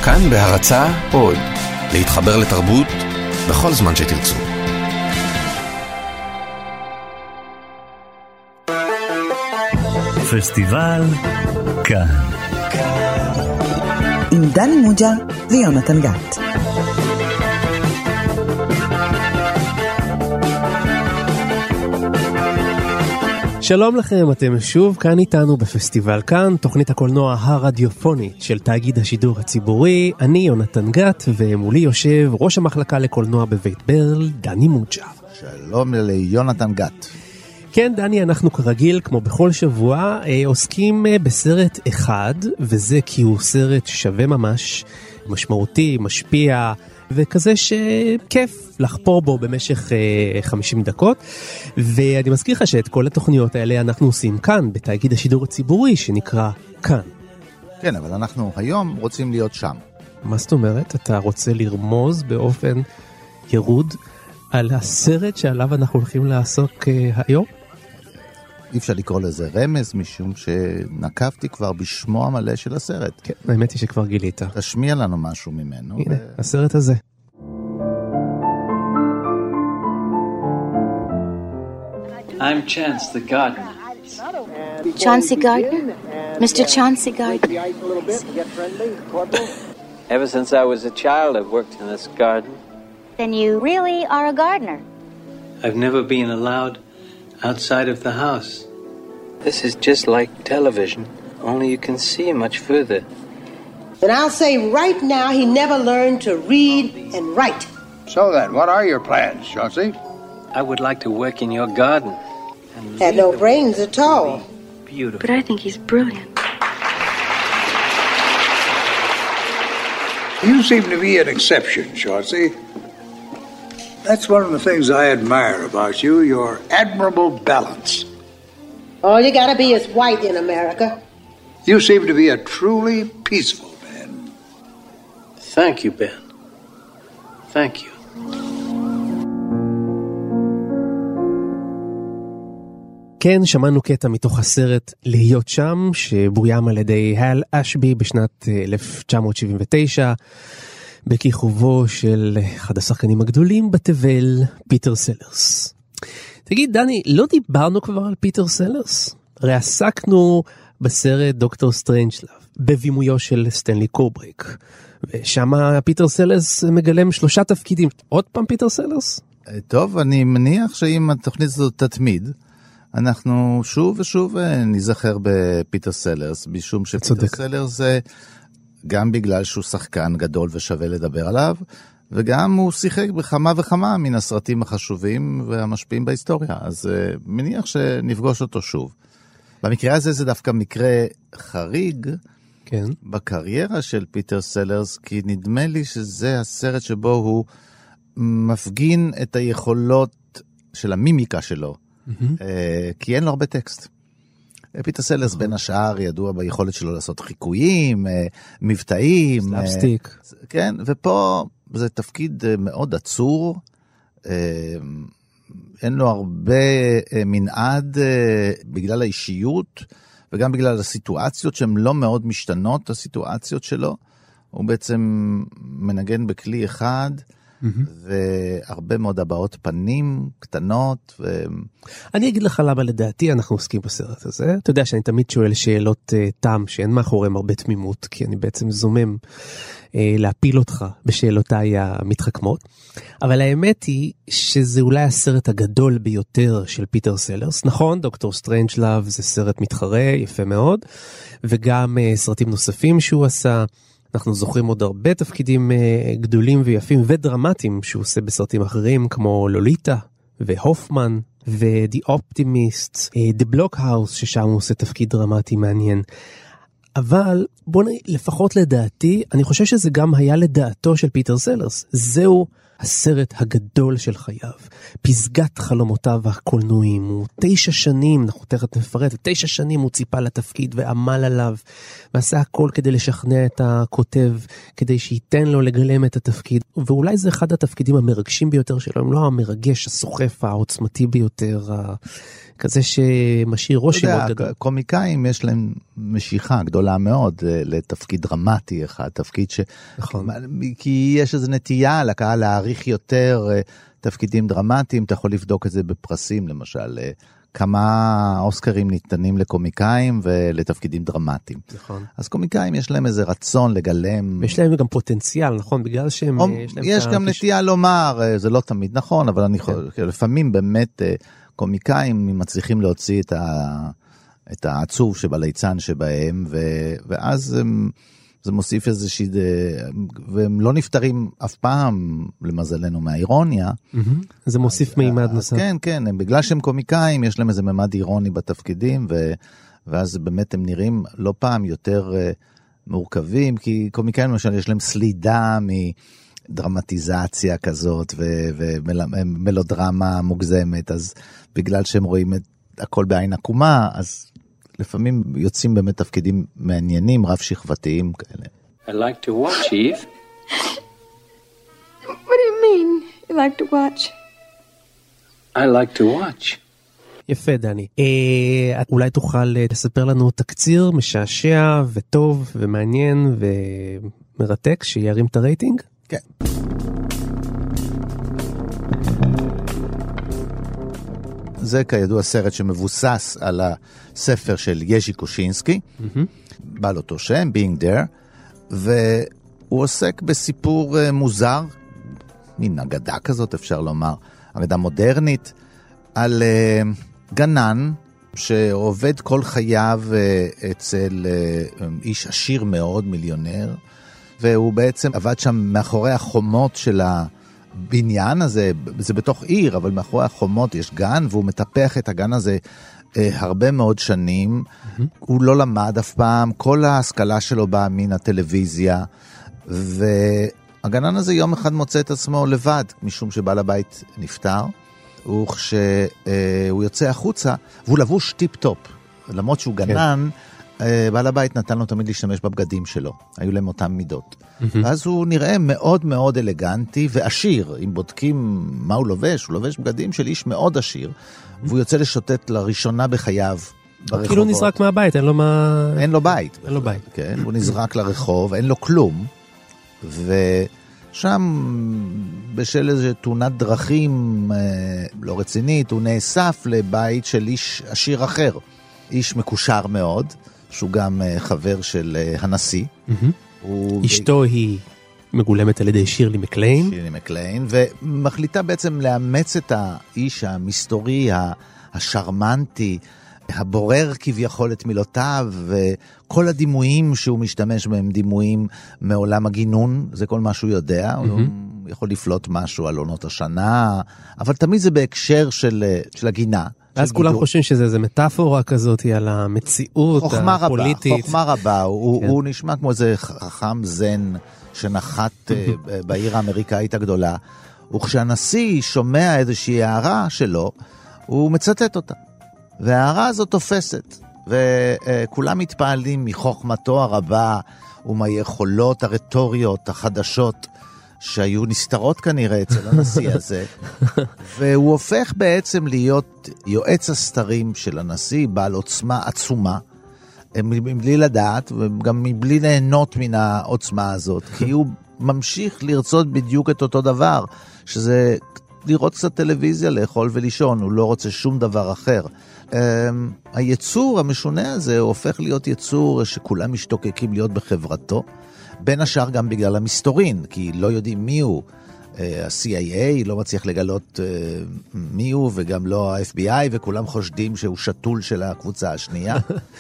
כאן בהרצאה עוד, להתחבר לתרבות בכל זמן שתרצו. פסטיבל כאן עם דני מוג'ה ויונתן גת. שלום לכם, אתם שוב כאן איתנו בפסטיבל כאן, תוכנית הקולנוע הרדיופונית של תאגיד השידור הציבורי. אני יונתן גת, ומולי יושב ראש המחלקה לקולנוע בבית ברל, דני מוג'ה. שלום ליונתן גת. כן, דני, אנחנו כרגיל, כמו בכל שבוע, עוסקים בסרט אחד, וזה כי הוא סרט שווה ממש, משמעותי, משפיע, וכזה שכיף לחפור בו במשך 50 דקות. ואני מזכיר לך שאת כל התוכניות האלה אנחנו עושים כאן, בתאגיד השידור הציבורי, שנקרא כאן. כן, אבל אנחנו היום רוצים להיות שם. מה זאת אומרת? אתה רוצה לרמוז באופן ירוד על הסרט שעליו אנחנו הולכים לעסוק היום? אי אפשר לקרוא לזה רמז, משום שנקבתי כבר בשמו המלא של הסרט. כן, האמת היא שכבר גילית. תשמיע לנו משהו ממנו. הנה, הסרט הזה. I'm Chance the Gardener. Chauncey Gardner? Mr. Chauncey Gardner? Ever since I was a child, I've worked in this garden. Then you really are a gardener. I've never been allowed outside of the house. This is just like television, only you can see much further. And I'll say right now he never learned to read and write. So then, what are your plans, Chauncey? I would like to work in your garden. Had no brains at all. Beautiful. But I think he's brilliant. You seem to be an exception, Chauncey. That's one of the things I admire about you, your admirable balance. All you gotta be is white in America. You seem to be a truly peaceful man. Thank you, Ben. Thank you. כן, שמענו קטע מתוך הסרט להיות שם, שבוים על ידי הל אשבי בשנת 1979, בכיכובו של אחד השחקנים הגדולים בתבל, פיטר סלרס. תגיד, דני, לא דיברנו כבר על פיטר סלרס? הרי עסקנו בסרט דוקטור סטרנג'לאב, בבימויו של סטנלי קובריק, ושם פיטר סלרס מגלם 3 תפקידים. עוד פעם פיטר סלרס? טוב, אני מניח שאם התוכנית הזאת תתמיד, אנחנו שוב ושוב נזכר בפיטר סלרס, משום שפיטר סלרס זה גם בגלל שהוא שחקן גדול ושווה לדבר עליו, וגם הוא שיחק בכמה וכמה מן הסרטים החשובים והמשפיעים בהיסטוריה, אז מניח שנפגוש אותו שוב. במקרה הזה זה דווקא מקרה חריג, כן. בקריירה של פיטר סלרס, כי נדמה לי שזה הסרט שבו הוא מפגין את היכולות של המימיקה שלו, כי אין לו הרבה טקסט. פיטר סלרס בין השאר ידוע ביכולת שלו לעשות חיקויים, מבטאים. סלאפסטיק. כן, ופה זה תפקיד מאוד עצור, אין לו הרבה מנעד בגלל האישיות, וגם בגלל הסיטואציות שהן לא מאוד משתנות, הסיטואציות שלו. הוא בעצם מנגן בכלי אחד, והרבה מאוד הבעות פנים קטנות. אני אגיד לך למה לדעתי אנחנו עוסקים בסרט הזה. אתה יודע שאני תמיד שואל שאלות תם שאין מאחוריהם הרבה תמימות, כי אני בעצם זומם להפיל אותך בשאלותיי המתחכמות. אבל האמת היא שזה אולי הסרט הגדול ביותר של פיטר סלרס. נכון, דוקטור סטרנג'לאב זה סרט מתחרה, יפה מאוד, וגם סרטים נוספים שהוא עשה. אנחנו זוכרים עוד הרבה תפקידים גדולים ויפים ודרמטיים שהוא עושה בסרטים אחרים, כמו לוליטה והופמן ו-The Optimist, The Blockhouse, ששם הוא עושה תפקיד דרמטי מעניין. אבל בוא לפחות לדעתי, אני חושב שזה גם היה לדעתו של פיטר סלרס. זהו הסרט הגדול של חייו, פסגת חלומותיו הקולנועיים, הוא 9 שנים, אנחנו תכף נפרט, 9 שנים הוא ציפה לתפקיד ועמל עליו, ועשה הכל כדי לשכנע את הכותב, כדי שייתן לו לגלם את התפקיד, ואולי זה אחד התפקידים המרגשים ביותר שלו, אם לא המרגש, הסוחף, העוצמתי ביותר, כזה שמשאיר רושם מאוד גדול. קומיקאים יש להם משיכה גדולה מאוד לתפקיד דרמטי אחד, תפקיד ש... נכון. כי יש איזו נטייה לקהל להעריך יותר תפקידים דרמטיים, אתה יכול לבדוק את זה בפרסים, למשל, כמה אוסקרים ניתנים לקומיקאים ולתפקידים דרמטיים. נכון. אז קומיקאים יש להם איזה רצון לגלם. יש להם גם פוטנציאל, נכון? בגלל שהם... יש גם נטייה לומר, זה לא תמיד נכון, אבל לפעמים באמת קומיקאים מצליחים להוציא את העצוב שבליצן שבהם, ואז זה מוסיף איזושהי, והם לא נפטרים אף פעם, למזלנו, מהאירוניה. זה מוסיף מימד נוסף. כן, כן, בגלל שהם קומיקאים, יש להם איזה ממד אירוני בתפקידים, ואז באמת הם נראים לא פעם יותר מורכבים, כי קומיקאים למשל יש להם סלידה מדרמטיזציה כזאת, ומלודרמה מוגזמת, אז בגלל שהם רואים את הכל בעין עקומה, אז לפעמים יוצאים באמת תפקידים מעניינים, רב שכבתיים כאלה. I like to watch, Eve. What do you mean, you like to watch? I like to watch. יפה, דני. אולי תוכל לספר לנו תקציר משעשע וטוב ומעניין ומרתק שירים את הרייטינג? כן. זה כידוע סרט שמבוסס על הספר של יז'י קושינסקי, בעל אותו שם, Being There, והוא עוסק בסיפור מוזר, מין אגדה כזאת אפשר לומר, אגדה מודרנית, על גנן שעובד כל חייו אצל איש עשיר מאוד, מיליונר, והוא בעצם עבד שם מאחורי החומות של הבניין הזה, זה בתוך עיר, אבל מאחורי החומות יש גן, והוא מטפח את הגן הזה הרבה מאוד שנים, הוא לא למד אף פעם, כל ההשכלה שלו באה מן הטלוויזיה, והגנן הזה יום אחד מוצא את עצמו לבד, משום שבעל הבית נפטר, וכשהוא יוצא החוצה, והוא לבוש טיפ-טופ, למרות שהוא גנן, בעל הבית נתן לו תמיד להשתמש בבגדים שלו, היו להם אותם מידות. ואז הוא נראה מאוד מאוד אלגנטי ועשיר, אם בודקים מה הוא לובש, הוא לובש בגדים של איש מאוד עשיר, והוא יוצא לשוטט לראשונה בחייו ברחובות. כאילו נזרק מהבית, אין לו מה... אין לו בית. אין לו בית. כן, הוא נזרק לרחוב, אין לו כלום, ושם בשל איזו תאונת דרכים לא רצינית, הוא נאסף לבית של איש עשיר אחר, איש מקושר מאוד, שהוא גם חבר של הנשיא. אשתו היא מגולמת על ידי שירלי מקליין. שירלי מקליין, ומחליטה בעצם לאמץ את האיש המסתורי, השרמנטי, הבורר כביכול את מילותיו, וכל הדימויים שהוא משתמש בהם דימויים מעולם הגינון, זה כל מה שהוא יודע, הוא יכול לפלוט משהו על עונות השנה, אבל תמיד זה בהקשר של הגינה. אז כולם חושבים שזה מטאפורה כזאת על המציאות הפוליטית. חוכמה רבה, הוא נשמע כמו איזה חכם זן שנחת בעיר האמריקאית הגדולה, וכשהנשיא שומע איזושהי הערה שלו, הוא מצטט אותה. וההערה הזאת תופסת, וכולם מתפעלים מחוכמתו הרבה ומהיכולות הרטוריות החדשות שהיו נסתרות כנראה אצל הנשיא הזה, והוא הופך בעצם להיות יועץ הסתרים של הנשיא, בעל עוצמה עצומה, מבלי לדעת וגם מבלי ליהנות מן העוצמה הזאת, כי הוא ממשיך לרצות בדיוק את אותו דבר, שזה לראות קצת טלוויזיה, לאכול ולישון, הוא לא רוצה שום דבר אחר. היצור המשונה הזה הוא הופך להיות יצור שכולם משתוקקים להיות בחברתו, בין השאר גם בגלל המסתורין, כי לא יודעים מי הוא. ה-CIA לא מצליח לגלות מי הוא, וגם לא ה-FBI, וכולם חושדים שהוא שתול של הקבוצה השנייה.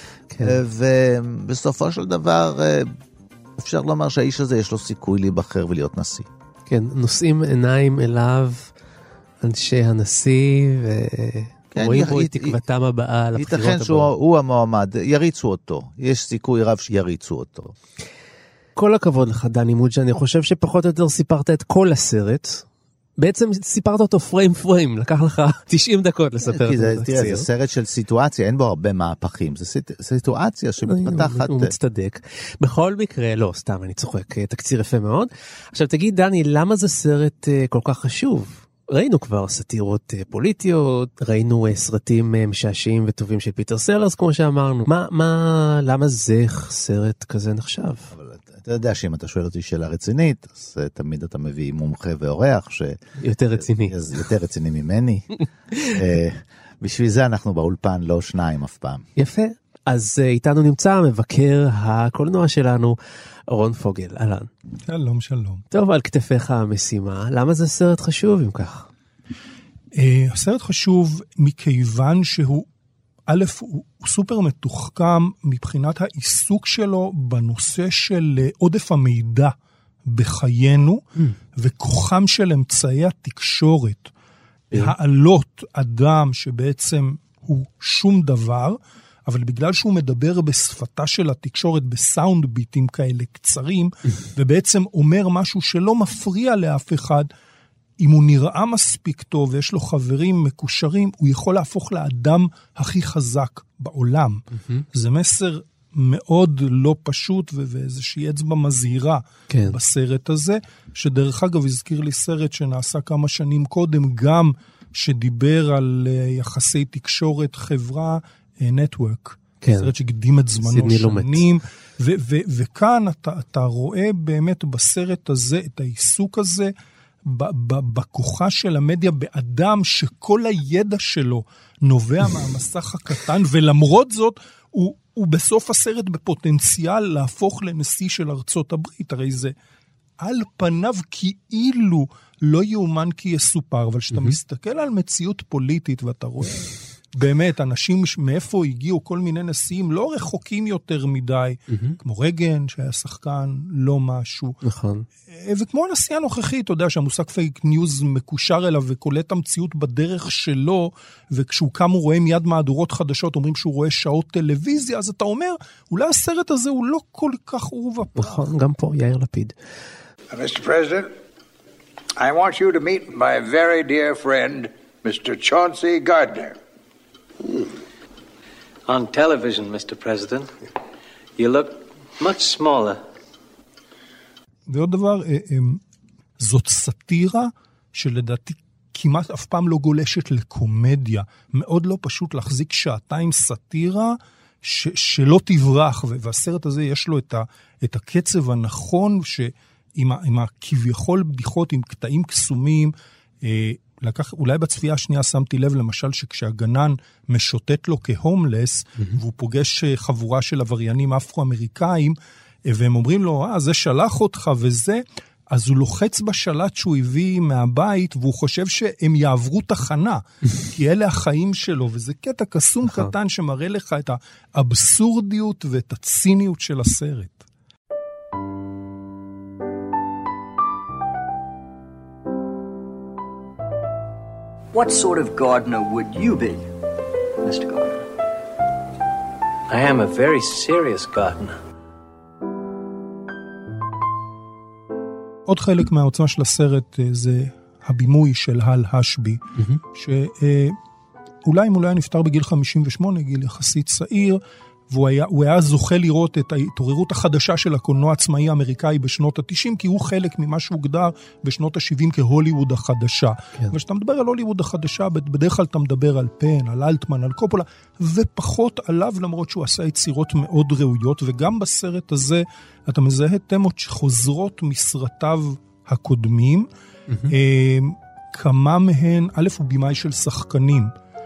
ובסופו של דבר אפשר לומר שהאיש הזה יש לו סיכוי להיבחר ולהיות נשיא. כן, נושאים עיניים אליו אנשי הנשיא, ורואים בו את תקוותם הבאה לבחירות הבאות. ייתכן שהוא המועמד, יריצו אותו. יש סיכוי רב שיריצו אותו. כל הכבוד לך, דני מוג'ה, אני חושב שפחות או יותר סיפרת את כל הסרט, בעצם סיפרת אותו פריים, לקח לך 90 דקות לספר את התקציר. תראה, זה סרט של סיטואציה, אין בו הרבה מהפכים, זה סיטואציה שמתפתחת. הוא מצטדק. בכל מקרה, לא, סתם, אני צוחק, תקציר יפה מאוד. עכשיו תגיד, דני, למה זה סרט כל כך חשוב? ראינו כבר סאטירות פוליטיות, ראינו סרטים משעשעים וטובים של פיטר סלרס, כמו שאמרנו. למה זה סרט כזה נחשב? אבל אתה יודע שאם אתה שואל אותי שאלה רצינית, אז תמיד אתה מביא מומחה ואורח יותר רציני. יותר רציני ממני. בשביל זה אנחנו באולפן לא שניים אף פעם. יפה. אז איתנו נמצא מבקר הקולנוע שלנו, רון פוגל. אהלן. שלום, שלום. טוב, על כתפיך המשימה. למה זה סרט חשוב אם כך? הסרט חשוב מכיוון שהוא, א', הוא סופר מתוחכם מבחינת העיסוק שלו בנושא של עודף המידע בחיינו, וכוחם של אמצעי התקשורת. העלות אדם שבעצם הוא שום דבר, אבל בגלל שהוא מדבר בשפתה של התקשורת, בסאונד ביטים כאלה קצרים, ובעצם אומר משהו שלא מפריע לאף אחד, אם הוא נראה מספיק טוב ויש לו חברים מקושרים, הוא יכול להפוך לאדם הכי חזק בעולם. זה מסר מאוד לא פשוט, ואיזושהי אצבע מזהירה בסרט הזה, שדרך אגב הזכיר לי סרט שנעשה כמה שנים קודם, גם שדיבר על יחסי תקשורת, חברה, נטוורק. סרט שקדים את זמנו שנים, וכאן אתה רואה באמת בסרט הזה, את העיסוק הזה, בכוחה של המדיה, באדם שכל הידע שלו נובע מהמסך הקטן, ולמרות זאת, הוא בסוף הסרט בפוטנציאל להפוך לנשיא של ארצות הברית. הרי זה על פניו כאילו לא יאומן כי יסופר, אבל כשאתה מסתכל על מציאות פוליטית ואתה רואה באמת אנשים מאיפה הגיעו כל מיני נשיאים לא רחוקים יותר מדי, כמו רגן שהיה שחקן לא משהו. נכון. וכמו הנשיא הנוכחי, אתה יודע שהמושג פייק ניוז מקושר אליו וקולט המציאות בדרך שלו, וכשהוא קם הוא רואה מיד מהדורות חדשות, אומרים שהוא רואה שעות טלוויזיה, אז אתה אומר, אולי הסרט הזה הוא לא כל כך עורבא פרח. נכון, גם פה יאיר לפיד. Mr. President, I want you to meet my very dear friend, Mr. Chauncey Gardner. On television, Mr. President, you look much smaller. ועוד דבר, זאת סאטירה שלדעתי כמעט אף פעם לא גולשת לקומדיה. מאוד לא פשוט להחזיק שעתיים סאטירה שלא תברח, והסרט הזה יש לו את הקצב הנכון, עם הכביכול בדיחות, עם קטעים קסומים, אולי בצפייה השנייה שמתי לב למשל שכשהגנן משוטט לו כהומלס, והוא פוגש חבורה של עבריינים אפרו-אמריקאים, והם אומרים לו, זה שלח אותך וזה, אז הוא לוחץ בשלט שהוא הביא מהבית, והוא חושב שהם יעברו תחנה, כי אלה החיים שלו, וזה קטע קסום קטן שמראה לך את האבסורדיות ואת הציניות של הסרט. What sort of gardener would you be, Mr. Gardner? I am a very serious gardener. עוד חלק מהעוצמה של הסרט זה הבימוי של הל השבי, שאולי אם הוא היה נפטר בגיל 58, גיל יחסית צעיר, והוא היה זוכה לראות את ההתעוררות החדשה של הקולנוע העצמאי האמריקאי בשנות ה-90, כי הוא חלק ממה שהוגדר בשנות ה-70 כהוליווד החדשה. וכשאתה מדבר על הוליווד החדשה, בדרך כלל אתה מדבר על פן, על אלטמן, על קופולה, ופחות עליו, למרות שהוא עשה יצירות מאוד ראויות, וגם בסרט הזה אתה מזהה תמות שחוזרות מסרטיו הקודמים, כמה מהן, א' הוא בימאי של שחקנים,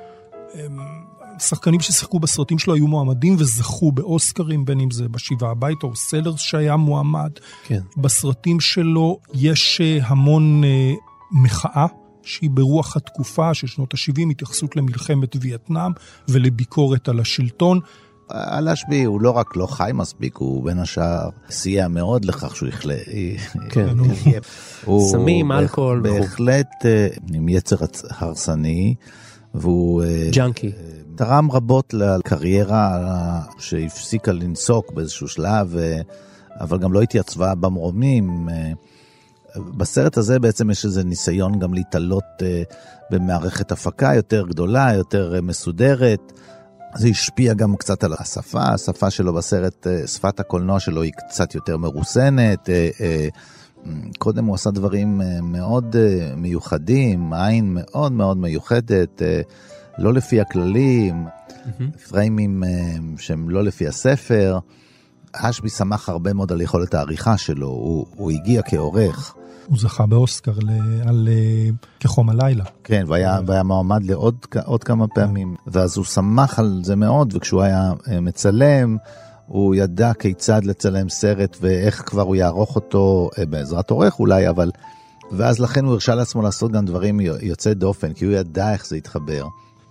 שחקנים ששיחקו בסרטים שלו היו מועמדים וזכו באוסקרים, בין אם זה בשבעה הביתה או סלרס שהיה מועמד. כן. בסרטים שלו יש המון מחאה שהיא ברוח התקופה של שנות ה-70, התייחסות למלחמת וייטנאם ולביקורת על השלטון. הל השבי הוא לא רק לא חי מספיק, הוא בין השאר סייע מאוד לכך שהוא יחלה. כן. סמים, אלכוהול. בהחלט עם יצר הרסני, והוא ג'אנקי. תרם רבות לקריירה שהפסיקה לנסוק באיזשהו שלב, אבל גם לא התייצבה במרומים. בסרט הזה בעצם יש איזה ניסיון גם להתעלות במערכת הפקה יותר גדולה, יותר מסודרת. זה השפיע גם קצת על השפה, השפה שלו בסרט, שפת הקולנוע שלו היא קצת יותר מרוסנת, קודם הוא עשה דברים מאוד מיוחדים, עין מאוד מאוד מיוחדת, לא לפי הכללים, פריימים שהם לא לפי הספר. אשבי שמח הרבה מאוד על יכולת העריכה שלו, הוא הגיע כעורך. הוא זכה באוסקר על כחום הלילה. כן, והיה מעמד לעוד כמה פעמים, ואז הוא שמח על זה מאוד, וכשהוא היה מצלם, הוא ידע כיצד לצלם סרט, ואיך כבר הוא יערוך אותו בעזרת עורך אולי, אבל... ואז לכן הוא הרשה לעצמו לעשות גם דברים יוצא דופן, כי הוא ידע איך זה יתחבר.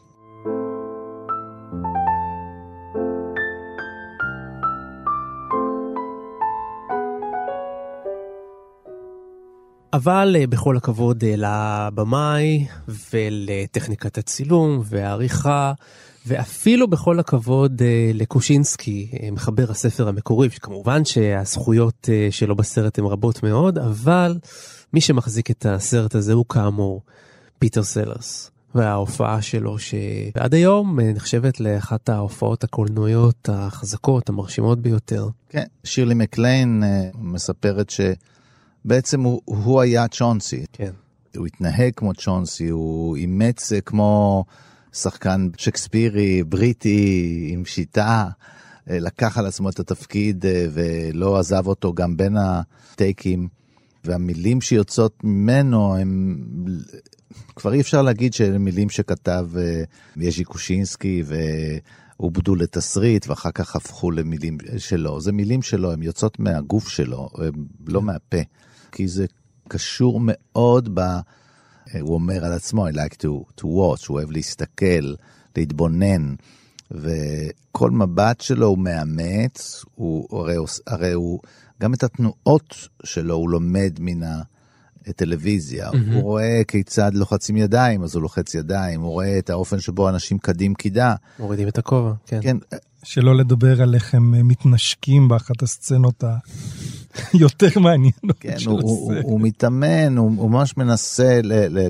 אבל בכל הכבוד לבמאי ולטכניקת הצילום והעריכה, ואפילו בכל הכבוד לקושינסקי, מחבר הספר המקורי, שכמובן שהזכויות שלו בסרט הן רבות מאוד, אבל מי שמחזיק את הסרט הזה הוא כאמור פיטר סלרס, וההופעה שלו שעד היום נחשבת לאחת ההופעות הקולנועיות החזקות, המרשימות ביותר. כן, שירלי מקליין מספרת בעצם הוא היה צ'ונסי. כן. הוא התנהג כמו צ'ונסי, הוא אימץ כמו שחקן שקספירי, בריטי, עם שיטה, לקח על עצמו את התפקיד ולא עזב אותו גם בין הטייקים, והמילים שיוצאות ממנו הם... כבר אי אפשר להגיד שאלה מילים שכתב יז'י קושינסקי ועובדו לתסריט ואחר כך הפכו למילים שלו. זה מילים שלו, הן יוצאות מהגוף שלו, לא מהפה. כי זה קשור מאוד הוא אומר על עצמו, I like to watch, הוא אוהב להסתכל, להתבונן, וכל מבט שלו הוא מאמץ, הרי הוא, גם את התנועות שלו הוא לומד מן הטלוויזיה, הוא רואה כיצד לוחצים ידיים, אז הוא לוחץ ידיים, הוא רואה את האופן שבו אנשים קדים קידה. מורידים את הכובע, כן. כן. שלא לדבר על איך הם מתנשקים באחת הסצנות יותר מעניינות. כן, הוא מתאמן, הוא ממש מנסה,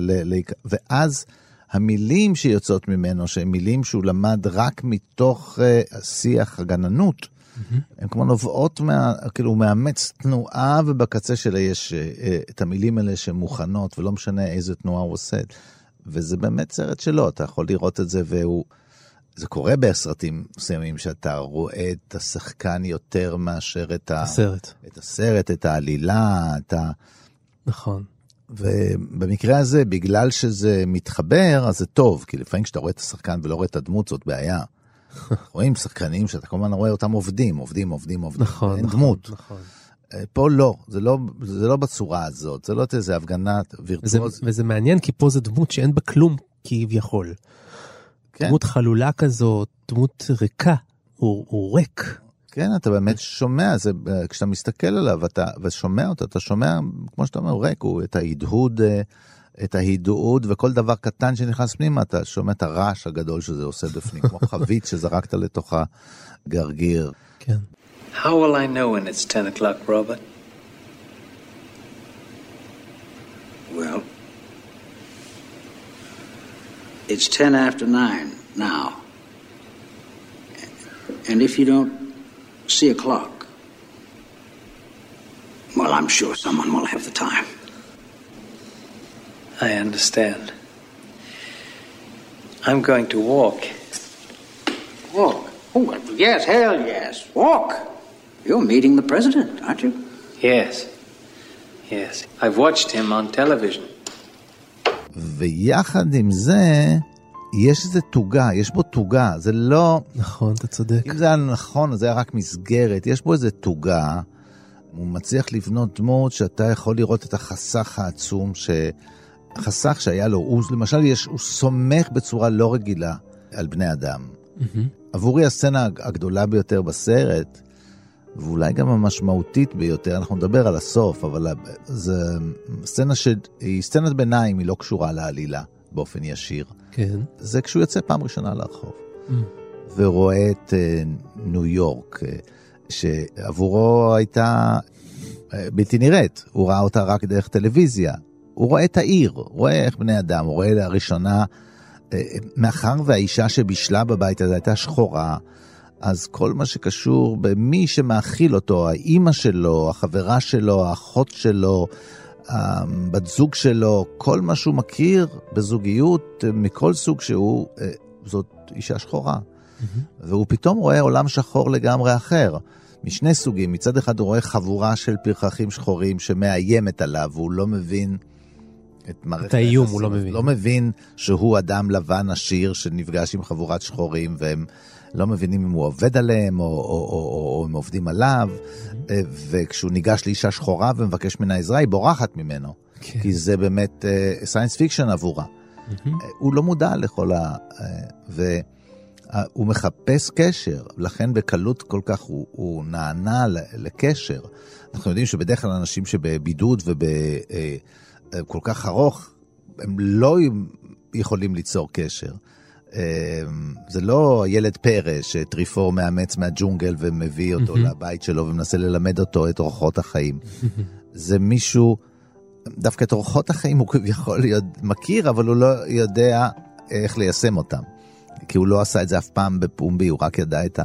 ואז המילים שיוצאות ממנו, שהן מילים שהוא למד רק מתוך השיח הגננות, הן כמו נובעות, כאילו הוא מאמץ תנועה, ובקצה שלה יש את המילים האלה שמוכנות, ולא משנה איזה תנועה הוא עושה. וזה באמת סרט שלו, אתה יכול לראות את זה, זה קורה בסרטים מסוימים, שאתה רואה את השחקן יותר מאשר את הסרט, את העלילה, נכון. ובמקרה הזה, בגלל שזה מתחבר, אז זה טוב, כי לפעמים כשאתה רואה את השחקן ולא רואה את הדמות, זאת בעיה. רואים שחקנים שאתה כל הזמן רואה אותם עובדים. נכון. אין דמות. נכון. פה לא, זה לא בצורה הזאת, זה לא איזה הפגנה וירטואוזית. וזה מעניין, כי פה זה דמות שאין בה כלום כביכול. כן. דמות חלולה כזאת, דמות ריקה, הוא ריק. כן, אתה באמת שומע, זה, כשאתה מסתכל עליו ושומע אותו, אתה שומע, כמו שאתה אומר, ריק, הוא את ההידוד, וכל דבר קטן שנכנס פנימה, אתה שומע את הרעש הגדול שזה עושה בפנים, כמו חבית שזרקת לתוך הגרגיר. כן. How will I know when it's 10 o'clock, Robert? Well, it's 10 after 9 now. And if you don't see a clock, well, I'm sure someone will have the time. I understand. I'm going to walk. Walk? Oh, yes, hell yes. Walk. You're meeting the president, aren't you? Yes. I've watched him on television. ויחד עם זה, יש איזה תוגה, יש בו תוגה, זה לא... נכון, אתה צודק. אם זה היה נכון, זה היה רק מסגרת, יש בו איזה תוגה, הוא מצליח לבנות דמות שאתה יכול לראות את החסך העצום, החסך שהיה לו, הוא למשל הוא סומך בצורה לא רגילה על בני אדם. עבורי הסצנה הגדולה ביותר בסרט, ואולי גם המשמעותית ביותר, אנחנו נדבר על הסוף, אבל זו סצנה שהיא סצנת ביניים, היא לא קשורה לעלילה באופן ישיר. כן. זה כשהוא יוצא פעם ראשונה לרחוב. ורואה את ניו יורק, שעבורו הייתה בלתי נראית, הוא ראה אותה רק דרך טלוויזיה, הוא רואה את העיר, הוא רואה איך בני אדם, הוא רואה לראשונה, מאחר והאישה שבישלה בבית הזה הייתה שחורה, אז כל מה שקשור במי שמאכיל אותו, האמא שלו, החברה שלו, האחות שלו, בת זוג שלו, כל מה שהוא מכיר בזוגיות מכל סוג שהוא, זאת אישה שחורה. והוא פתאום רואה עולם שחור לגמרי אחר, משני סוגים. מצד אחד הוא רואה חבורה של פרחחים שחורים שמאיימת עליו, והוא לא מבין את האיום, הוא לא מבין. לא מבין שהוא אדם לבן עשיר שנפגש עם חבורת שחורים, והם לא מבינים אם הוא עובד עליהם או הם עובדים עליו, וכשהוא ניגש לאישה שחורה ומבקש ממנה עזרה, היא בורחת ממנו, כי זה באמת סיינס פיקשן עבורה. הוא לא מודע לכל והוא מחפש קשר, לכן בקלות כל כך הוא נענה לקשר. אנחנו יודעים שבדרך כלל אנשים שבבידוד כל כך ארוך, הם לא יכולים ליצור קשר. זה לא ילד פרא שטריפור מאמץ מהג'ונגל ומביא אותו לבית שלו ומנסה ללמד אותו את אורחות החיים. זה מישהו, דווקא את אורחות החיים הוא יכול להיות מכיר, אבל הוא לא יודע איך ליישם אותם. כי הוא לא עשה את זה אף פעם בפומבי, הוא רק ידע את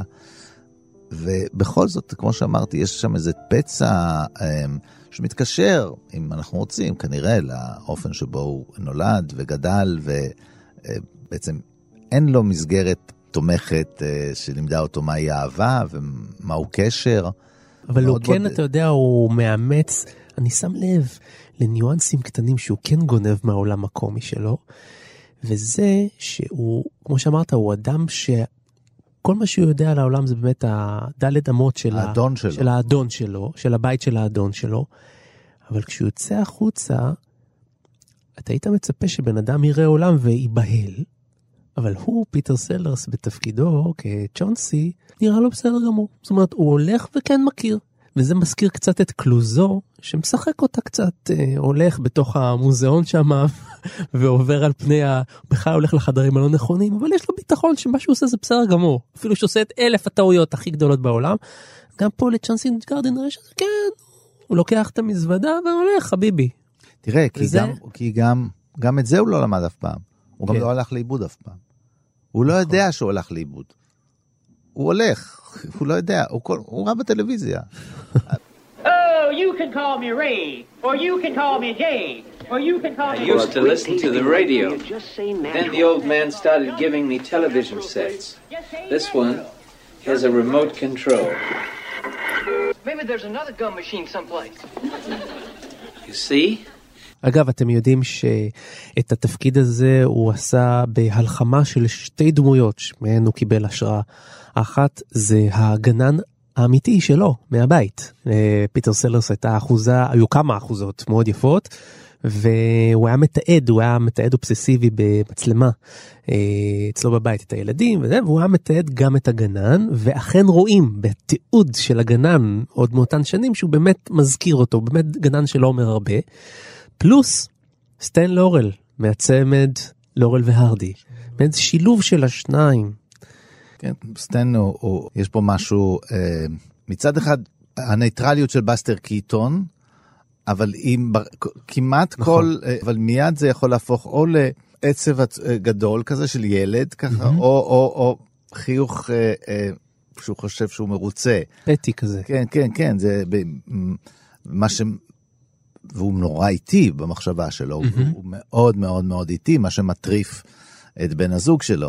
ובכל זאת, כמו שאמרתי, יש שם איזה פצע שמתקשר, אם אנחנו רוצים, כנראה לאופן שבו הוא נולד וגדל, ובעצם אין לו מסגרת תומכת שלימדה אותו מהי אהבה ומהו קשר. אבל הוא כן, אתה יודע, הוא מאמץ, אני שם לב לניואנסים קטנים שהוא כן גונב מהעולם הקומי שלו, וזה שהוא, כמו שאמרת, הוא אדם כל מה שהוא יודע על העולם זה באמת הדלת אמות של האדון שלו, של הבית של האדון שלו. אבל כשהוא יוצא החוצה, אתה היית מצפה שבן אדם יראה עולם ויבהל, אבל הוא, פיטר סלרס, בתפקידו כצ'ונסי, נראה לו בסדר גמור. זאת אומרת, הוא הולך וכן מכיר. וזה מזכיר קצת את קלוזו, שמשחק אותה קצת, הולך בתוך המוזיאון שם, ועובר על פני בכלל הולך לחדרים הלא נכונים, אבל יש לו ביטחון שמה שהוא עושה זה בסדר גמור. אפילו שעושה את 1000 הטעויות הכי גדולות בעולם. גם פה לצ'אנסי גרדין נראה שזה כן, הוא לוקח את המזוודה והולך, חביבי. תראה, כי גם את זה הוא לא למד אף פעם. הוא גם לא הלך לאיבוד אף פעם. הוא לא יודע שהוא הלך לאיבוד. הוא הולך, הוא לא יודע, הוא ראה בטלוויזיה. Oh, you can call me Ray, or you can call me Jay, or you can call me... I used to listen to the radio. Then the old man started giving me television sets. This one has a remote control. Maybe there's another gum machine someplace. You see? אגב, אתם יודעים שאת התפקיד הזה הוא עשה בהלחמה של שתי דמויות, שמהן הוא קיבל השראה. האחת זה הגנן האמיתי שלו, מהבית. פיטר סלרס היו כמה אחוזות מאוד יפות, והוא היה מתעד אובססיבי במצלמה אצלו בבית את הילדים, והוא היה מתעד גם את הגנן, ואכן רואים בתיעוד של הגנן עוד מאותן שנים, שהוא באמת מזכיר אותו, באמת גנן שלא אומר הרבה, פלוס סטן לורל, מהצמד לורל והרדי. באמת שילוב של השניים. כן, סטן יש פה משהו, מצד אחד, הנייטרליות של בסטר קיטון, אבל כמעט כל, אבל מיד זה יכול להפוך או לעצב גדול כזה של ילד, ככה, או חיוך שהוא חושב שהוא מרוצה. פטי כזה. כן, כן, כן, זה מה והוא נורא איטי במחשבה שלו, הוא מאוד מאוד מאוד איטי, מה שמטריף את בן הזוג שלו,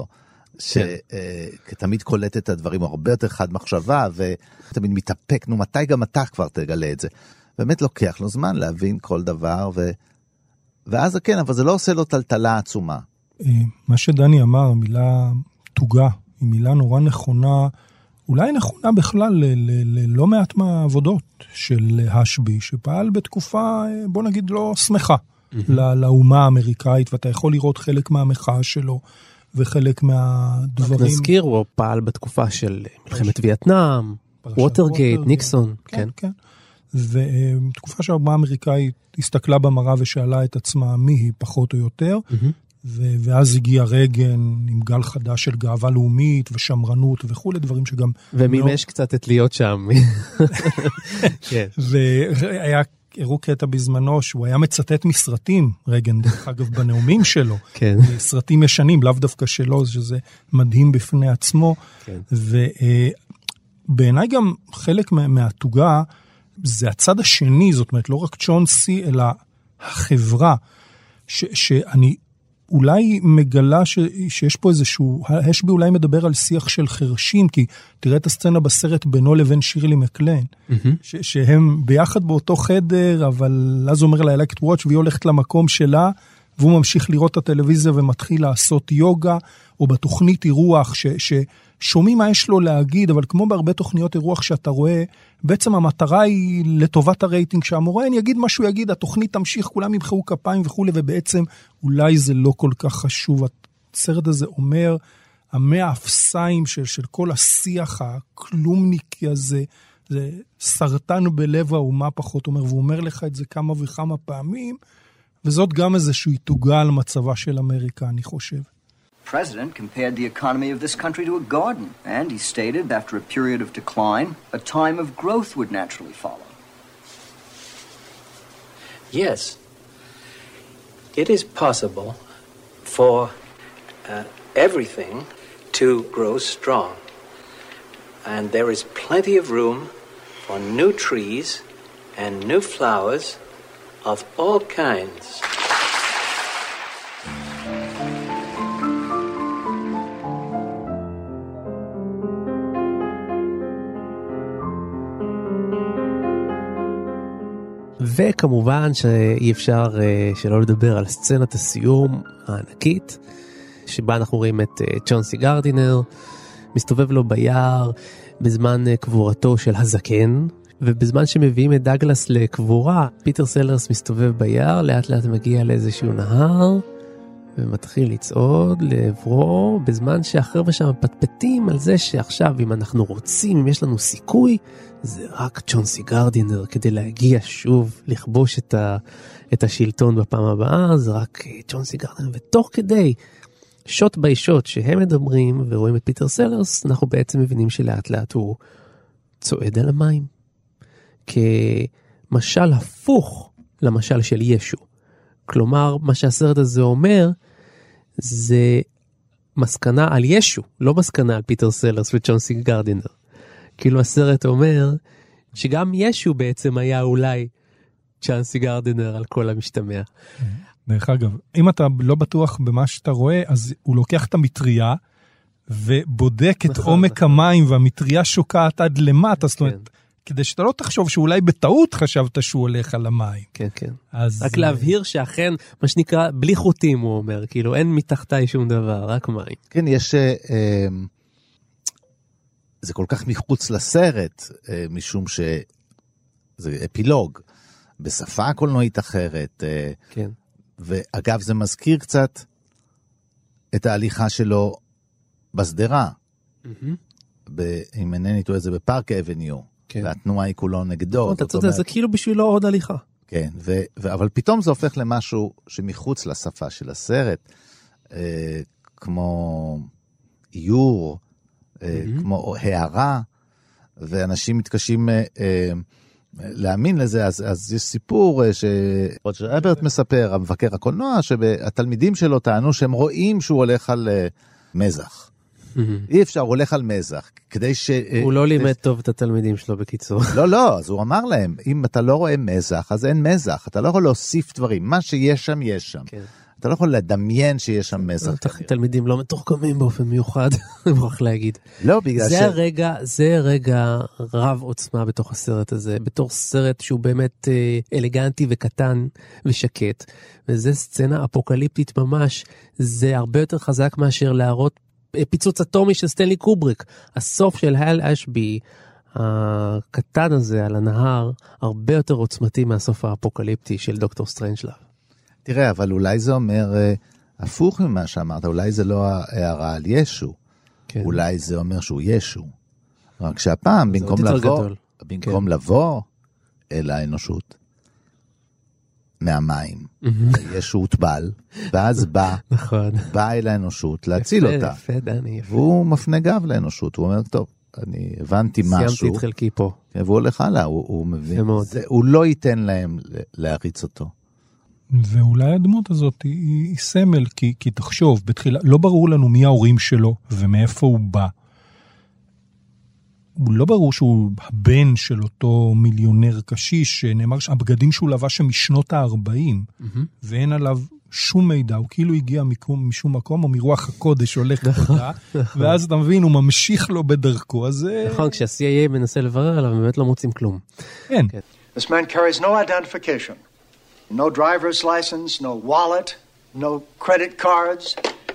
שתמיד קולט את הדברים הרבה יותר חד מחשבה, ותמיד מתאפק, מתי גם אתה כבר תגלה את זה. באמת לוקח לו זמן להבין כל דבר, ואז כן, אבל זה לא עושה לו טלטלה עצומה. מה שדני אמר, המילה תוגה, היא מילה נורא נכונה, אולי נכונה בכלל ללא מעט מהעבודות של השבי, שפעל בתקופה, בוא נגיד, לא שמחה לאומה האמריקאית, ואתה יכול לראות חלק מהמחאה שלו, וחלק מהדברים... נזכיר, הוא פעל בתקופה של מלחמת וייטנאם, ווטרגייט, ניקסון. כן, כן. ותקופה שהאומה האמריקאית הסתכלה במראה ושאלה את עצמה מי היא פחות או יותר, ואז הגיע רייגן עם גל חדש של גאווה לאומית ושמרנות וכו', דברים שגם... ומימש קצת את להיות שם. והיה... הראו קטע בזמנו שהוא היה מצטט מסרטים, רייגן, דרך אגב, בנאומים שלו. כן. סרטים ישנים, לאו דווקא שלו, שזה מדהים בפני עצמו. כן. ובעיניי גם חלק מהתוגה, זה הצד השני, זאת אומרת, לא רק צ'ונסי, אלא החברה, שאני אולי מגלה שיש פה איזשהו, השבי אולי מדבר על שיח של חרשים, כי תראה את הסצנה בסרט בינו לבין שירלי מקליין, שהם ביחד באותו חדר, אבל אז הוא אומר לה, I like to watch, והיא הולכת למקום שלה, והוא ממשיך לראות את הטלוויזיה ומתחיל לעשות יוגה, או בתוכנית אירוח ששומעים מה יש לו להגיד, אבל כמו בהרבה תוכניות אירוח שאתה רואה, בעצם המטרה היא לטובת הרייטינג, שהמורה יגיד מה שהוא יגיד, התוכנית תמשיך, כולם ימחאו כפיים וכו', ובעצם אולי זה לא כל כך חשוב. הסרט הזה אומר, המאה אפסיים של כל השיח הכלומניקי הזה, זה סרטן בלב האומה פחות אומר, והוא אומר לך את זה כמה וכמה פעמים, וזאת גם איזושהי תוגה על מצבה של אמריקה, אני חושב. The president compared the economy of this country to a garden, and he stated that after a period of decline, a time of growth would naturally follow. Yes, it is possible for everything to grow strong, and there is plenty of room for new trees and new flowers of all kinds. וכמובן שאי אפשר שלא לדבר על סצנת הסיום הענקית, שבה אנחנו רואים את צ'ונסי גרדינר, מסתובב לו ביער בזמן קבורתו של הזקן, ובזמן שמביאים את דאגלס לקבורה, פיטר סלרס מסתובב ביער, לאט לאט מגיע לאיזשהו נהר, ומתחיל לצעוד לעברו, בזמן שהחבר'ה שם פטפטים על זה שעכשיו אם אנחנו רוצים, אם יש לנו סיכוי, זה רק צ'ונסי גרדינר כדי להגיע שוב, לכבוש את השלטון בפעם הבאה, זה רק צ'ונסי גרדינר, ותוך כדי שוט בי שוט שהם מדברים ורואים את פיטר סלרס, אנחנו בעצם מבינים שלאט לאט הוא צועד על המים, כמשל הפוך למשל של ישו. כלומר, מה שהסרט הזה אומר, זה מסקנה על ישו, לא מסקנה על פיטר סלרס וצ'ונסי גרדינר. כאילו הסרט אומר, שגם ישו בעצם היה אולי צ'ונסי גרדינר על כל המשתמע. דרך אגב, אם אתה לא בטוח במה שאתה רואה, אז הוא לוקח את המטריה, ובודק את עומק המים, והמטריה שוקעת עד למטה, זאת אומרת, כדי שאתה לא תחשוב שאולי בטעות חשבת שהוא הולך על המים. כן, כן. רק להבהיר שאכן, מה שנקרא, בלי חוטים, הוא אומר, כאילו, אין מתחתיי שום דבר, רק מים. כן, יש... זה כל כך מחוץ לסרט, משום שזה אפילוג, בשפה קולנועית אחרת. כן. ואגב, זה מזכיר קצת את ההליכה שלו בסדרה. אם אינני טועה, זה בפארק אבניו. והתנועה היא כולו נגדו. זה כאילו בשבילו עוד הליכה. כן, אבל פתאום זה הופך למשהו שמחוץ לשפה של הסרט, כמו איור, כמו הערה, ואנשים מתקשים להאמין לזה, אז יש סיפור שרוג'ר אברט מספר, המבקר הקולנוע, שהתלמידים שלו טענו שהם רואים שהוא הולך על מזח. אי אפשר, הוא הולך על מזח, כדי ש... הוא לא לימד טוב את התלמידים שלו בקיצור. לא, אז הוא אמר להם, אם אתה לא רואה מזח, אז אין מזח, אתה לא יכול להוסיף דברים, מה שיש שם, יש שם. אתה לא יכול לדמיין שיש שם מזח. תלמידים לא מתוחכמים באופן מיוחד, אני מוכרח להגיד. לא, בגלל זה רגע רב עוצמה בתוך הסרט הזה, בתור סרט שהוא באמת אלגנטי וקטן ושקט, וזה סצנה אפוקליפטית ממש, זה הרבה יותר חזק מאשר להראות פיצוץ אטומי של סטנלי קובריק. הסוף של הל אשבי, הקטן הזה על הנהר, הרבה יותר עוצמתי מהסוף האפוקליפטי של דוקטור סטרנג'לאב. תראה, אבל אולי זה אומר הפוך ממה שאמרת, אולי זה לא הערה על ישו, כן. אולי זה אומר שהוא ישו. רק שהפעם, במקום לבוא אל האנושות, מהמים. ישו הוטבל, ואז בא אל האנושות להציל אותה. והוא מפנה גב לאנושות, הוא אומר, טוב, אני הבנתי משהו. סיימתי את חלקי פה. והוא הולך הלאה, הוא מבין. הוא לא ייתן להם להריץ אותו. ואולי הדמות הזאת היא סמל, כי תחשוב, בתחילה, לא ברור לנו מי ההורים שלו ומאיפה הוא בא. הוא לא ברור שהוא הבן של אותו מיליונר קשיש, שנאמר שהבגדים שהוא לבש משנות ה-40, ואין עליו שום מידע, הוא כאילו הגיע משום מקום, או מרוח הקודש הולך תודה, ואז אתה מבין, הוא ממשיך לו בדרכו, אז... נכון, כשה-CIA מנסה לברר עליו, באמת לא מוצאים כלום. כן. This man carries no identification, no driver's license, no wallet, no credit cards.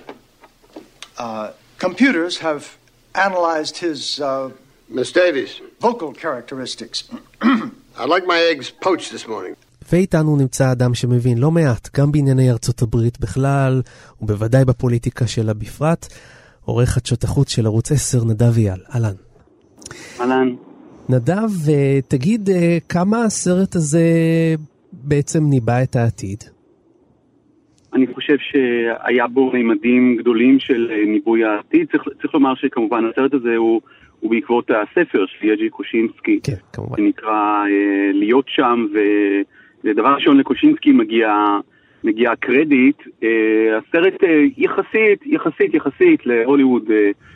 Computers have analyzed his... Miss Davies. Vocal characteristics. I'd like my eggs poached this morning. ואיתנו נמצא אדם שמבין לא מעט, גם בענייני ארצות הברית בכלל, ובוודאי בפוליטיקה שלה בפרט, עורך חדשות החוץ של ערוץ 10, נדב אייל. אהלן. אהלן. נדב, תגיד, כמה הסרט הזה בעצם ניבא את העתיד? אני חושב שהיה בו ממדים גדולים של ניבוי העתיד. צריך לומר שכמובן הסרט הזה הוא בעקבות הספר של יג'י קושינסקי, כן, כמובן. שנקרא להיות שם, ודבר ראשון לקושינסקי מגיע קרדיט. הסרט יחסית להוליווד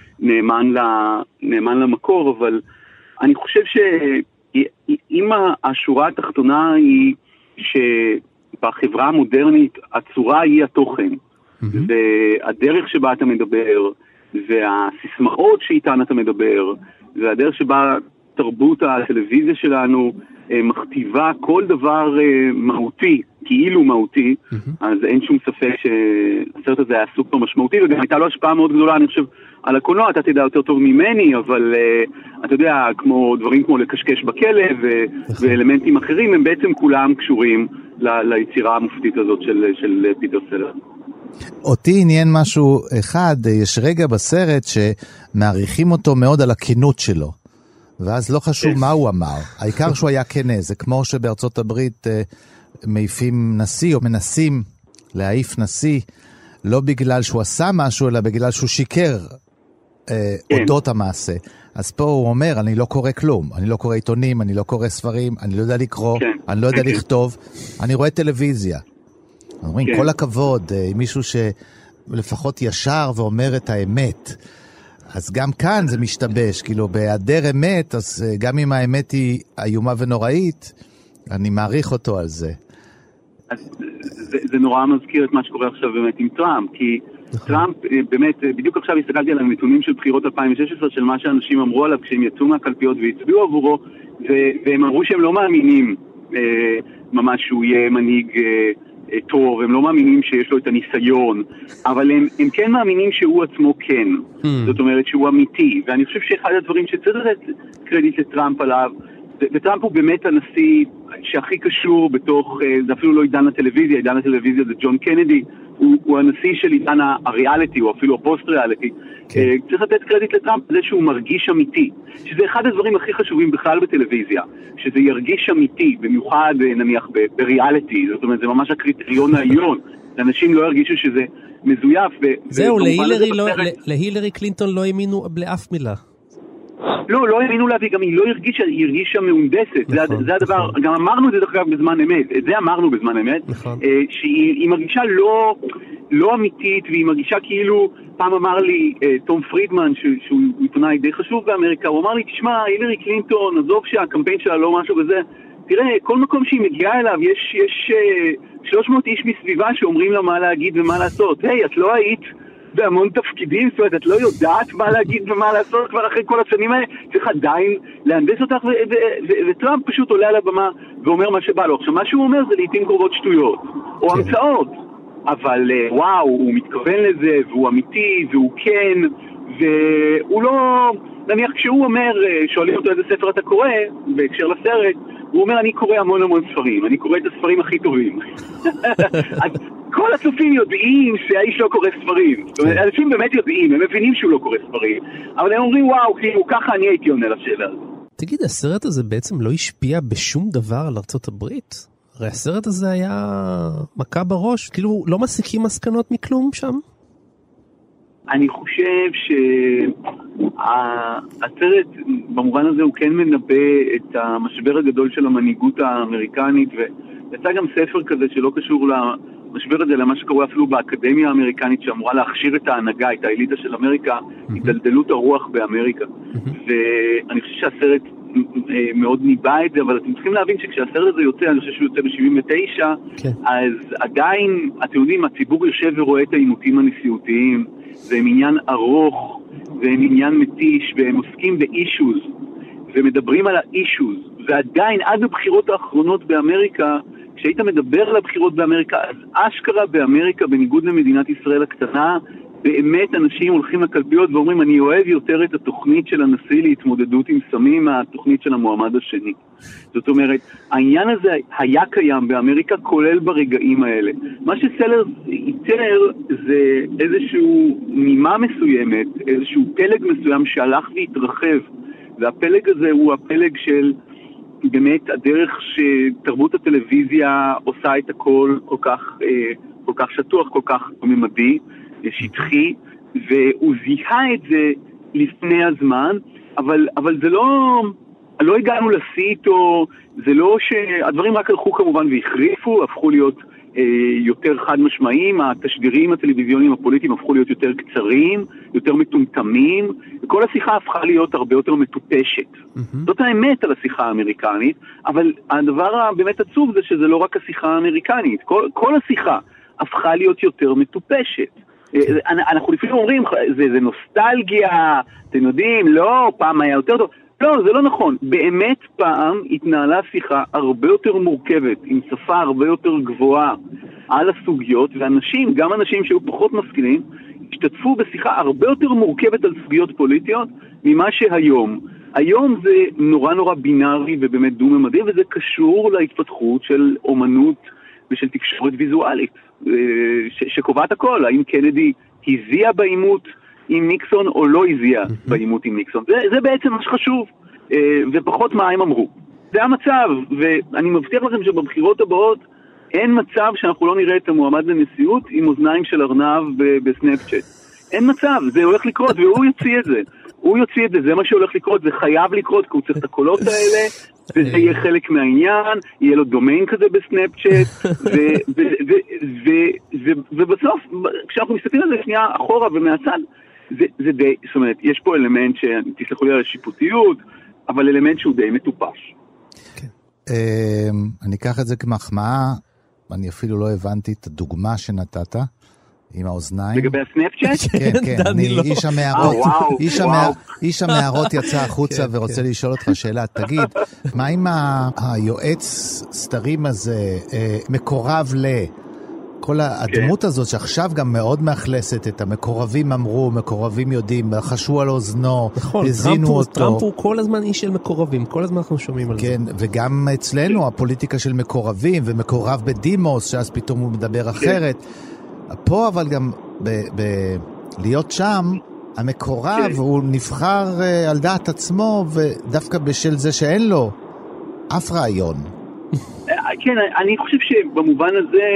נאמן למקור, אבל אני חושב שאם השורה התחתונה היא שבחברה המודרנית הצורה היא התוכן, והדרך שבה אתה מדבר, והסיסמאות שאיתן אתה מדבר, והדרך שבה תרבות הטלוויזיה שלנו מכתיבה כל דבר מהותי, כאילו מהותי, אז אין שום ספק שהסרט הזה היה סופר משמעותי, וגם הייתה לו השפעה מאוד גדולה, אני חושב, על הקולנוע. אתה תדע יותר טוב ממני, אבל אתה יודע, כמו דברים כמו לקשקש בכלב ואלמנטים אחרים, הם בעצם כולם קשורים ליצירה המופתית הזאת של פיטר סלר. אותי עניין משהו אחד, יש רגע בסרט שמעריכים אותו מאוד על הכנות שלו, ואז לא חשוב מה הוא אמר, העיקר שהוא היה כנה. זה כמו שבארצות הברית מעיפים נשיא או מנסים להעיף נשיא, לא בגלל שהוא עשה משהו, אלא בגלל שהוא שיקר אודות המעשה. אז פה הוא אומר, אני לא קורא כלום, אני לא קורא עיתונים, אני לא קורא ספרים, אני לא יודע לקרוא, אני לא יודע לכתוב, אני רואה טלוויזיה. אומרים, כל הכבוד, מישהו שלפחות ישר ואומר את האמת. אז גם כאן זה משתבש, כאילו בהיעדר אמת, אז גם אם האמת היא איומה ונוראית, אני מעריך אותו על זה. זה נורא מזכיר את מה שקורה עכשיו באמת עם טראמפ, כי טראמפ באמת, בדיוק עכשיו הסתכלתי על הנתונים של בחירות 2016, של מה שאנשים אמרו עליו כשהם יצאו מהקלפיות והצביעו עבורו, והם אמרו שהם לא מאמינים ממש שהוא יהיה מנהיג טוב, הם לא מאמינים שיש לו את הניסיון, אבל הם כן מאמינים שהוא עצמו כן. זאת אומרת שהוא אמיתי, ואני חושב שאחד הדברים שצריך לתת קרדיט לטראמפ עליו, וטראמפ הוא באמת הנשיא שהכי קשור בתוך, זה אפילו לא עידן הטלוויזיה, עידן הטלוויזיה זה ג'ון קנדי, הוא הנשיא של עידן הריאליטי, או אפילו הפוסט-ריאליטי. צריך לתת קרדיט לטראמפ זה שהוא מרגיש אמיתי, שזה אחד הדברים הכי חשובים בכלל בטלוויזיה, שזה ירגיש אמיתי, במיוחד נניח בריאליטי, זאת אומרת זה ממש הקריטריון העליון, לאנשים לא ירגישו שזה מזויף. זהו, להילרי קלינטון לא האמינו לאף מילה. לא האמינו לה, וגם היא לא הרגישה מהונדסת. זה הדבר, גם אמרנו את זה דרך אגב בזמן אמת, את זה אמרנו בזמן אמת, שהיא מרגישה לא אמיתית, והיא מרגישה כאילו, פעם אמר לי תום פרידמן, שהוא עיתונאי די חשוב באמריקה, הוא אמר לי, תשמע, הילרי קלינטון, עזוב שהקמפיין שלה לא משהו וזה, תראה, כל מקום שהיא מגיעה אליו, יש 300 איש מסביבה שאומרים לה מה להגיד ומה לעשות. היי, את לא היית בהמון תפקידים, זאת אומרת, את לא יודעת מה להגיד ומה לעשות כבר אחרי כל השנים האלה, צריך עדיין להנדס אותך, וטראמפ פשוט עולה על הבמה ואומר מה שבא לו. עכשיו, מה שהוא אומר זה לעתים קרובות שטויות, או המצאות, אבל וואו, הוא מתכוון לזה, והוא אמיתי, והוא כן, והוא לא, נניח כשהוא אומר, שואלים אותו איזה ספר אתה קורא, בהקשר לסרט, הוא אומר, אני קורא המון ספרים, אני קורא את הספרים הכי טובים. אז כל הצופים יודעים שהאיש לא קורא ספרים. זאת אומרת, אנשים באמת יודעים, הם מבינים שהוא לא קורא ספרים, אבל הם אומרים, וואו, כאילו, ככה אני הייתי עונה לשאלה הזאת. תגיד, הסרט הזה בעצם לא השפיע בשום דבר על ארצות הברית? הרי הסרט הזה היה מכה בראש, כאילו לא מסיקים מסקנות מכלום שם? אני חושב שהסרט במובן הזה הוא כן מנבא את המשבר הגדול של המנהיגות האמריקנית, ויצא גם ספר כזה שלא קשור למשבר הזה, למה שקורה אפילו באקדמיה האמריקנית שאמורה להכשיר את ההנהגה, את האליטה של אמריקה, התדלדלות הרוח באמריקה. ואני חושב שהסרט מאוד ניבא את זה, אבל אתם צריכים להבין שכשהסרט הזה יוצא, אני חושב שהוא יוצא ב-79, אז עדיין, אתם יודעים, הציבור יושב ורואה את העימותים הנשיאותיים, והם עניין ארוך, והם עניין מתיש, והם עוסקים באישוז, ומדברים על האישוז, ועדיין עד הבחירות האחרונות באמריקה, כשהיית מדבר על הבחירות באמריקה, אז אשכרה באמריקה, בניגוד למדינת ישראל הקטנה, באמת אנשים הולכים לקלפיות ואומרים, אני אוהב יותר את התוכנית של הנשיא להתמודדות עם סמים מהתוכנית של המועמד השני. זאת אומרת, העניין הזה היה קיים באמריקה, כולל ברגעים האלה. מה שסלר ייתר זה איזשהו נימה מסוימת, איזשהו פלג מסוים שהלך והתרחב, והפלג הזה הוא הפלג של באמת הדרך שתרבות הטלוויזיה עושה את הכל כל כך שטוח, כל כך ממדי, שטחי, והוא זיהה את זה לפני הזמן, אבל זה לא הגענו לשיא איתו, זה לא שהדברים רק הלכו כמובן והחריפו, הפכו להיות יותר חד משמעיים, התשדירים הטלוויזיוניים הפוליטיים הפכו להיות יותר קצרים, יותר מטומטמים, וכל השיחה הפכה להיות הרבה יותר מטופשת. זאת האמת על השיחה האמריקנית, אבל הדבר הבאמת עצוב זה שזה לא רק השיחה האמריקנית, כל השיחה הפכה להיות יותר מטופשת. אנחנו לפעמים אומרים, זה נוסטלגיה, אתם יודעים, לא, פעם היה יותר טוב. לא, זה לא נכון. באמת פעם התנהלה שיחה הרבה יותר מורכבת, עם שפה הרבה יותר גבוהה על הסוגיות, ואנשים, גם אנשים שהיו פחות משכילים, השתתפו בשיחה הרבה יותר מורכבת על סוגיות פוליטיות ממה שהיום. היום זה נורא בינארי ובאמת דו-ממדי, וזה קשור להתפתחות של אומנות ושל תקשורת ויזואלית, שקובעת הכל, האם קנדי הזיע בעימות עם ניקסון או לא הזיע בעימות עם ניקסון. זה בעצם מה שחשוב, ופחות מה הם אמרו. זה המצב, ואני מבטיח לכם שבבחירות הבאות אין מצב שאנחנו לא נראה את המועמד לנשיאות עם אוזניים של ארנב בסנאפצ'אט. אין מצב, זה הולך לקרות, והוא יוציא את זה. הוא יוציא את זה, זה מה שהולך לקרות, זה חייב לקרות, כי הוא צריך את הקולות האלה, וזה יהיה חלק מהעניין, יהיה לו דומיין כזה בסנאפצ'אט, ובסוף, כשאנחנו מסתכלים על זה שנייה אחורה ומהצד, זה די, זאת אומרת, יש פה אלמנט שתסלחו לי על השיפוטיות, אבל אלמנט שהוא די מטופש. אני אקח את זה כמחמאה, אני אפילו לא הבנתי את הדוגמה שנתת, עם האוזניים. לגבי הסנאפצ'אט? כן, איש המערות יצא החוצה ורוצה לשאול אותך שאלה, תגיד, מה אם היועץ סתרים הזה מקורב כל הדמות הזאת שעכשיו גם מאוד מאכלסת את המקורבים אמרו, מקורבים יודעים, חשו על אוזנו, הזינו אותו. טראמפ הוא כל הזמן איש של מקורבים, כל הזמן אנחנו שומעים על זה. כן, וגם אצלנו הפוליטיקה של מקורבים, ומקורב בדימוס, שאז פתאום הוא מדבר אחרת. פה אבל גם להיות שם, המקורב הוא נבחר על דעת עצמו, ודווקא בשל זה שאין לו אף רעיון. כן, אני חושב שבמובן הזה,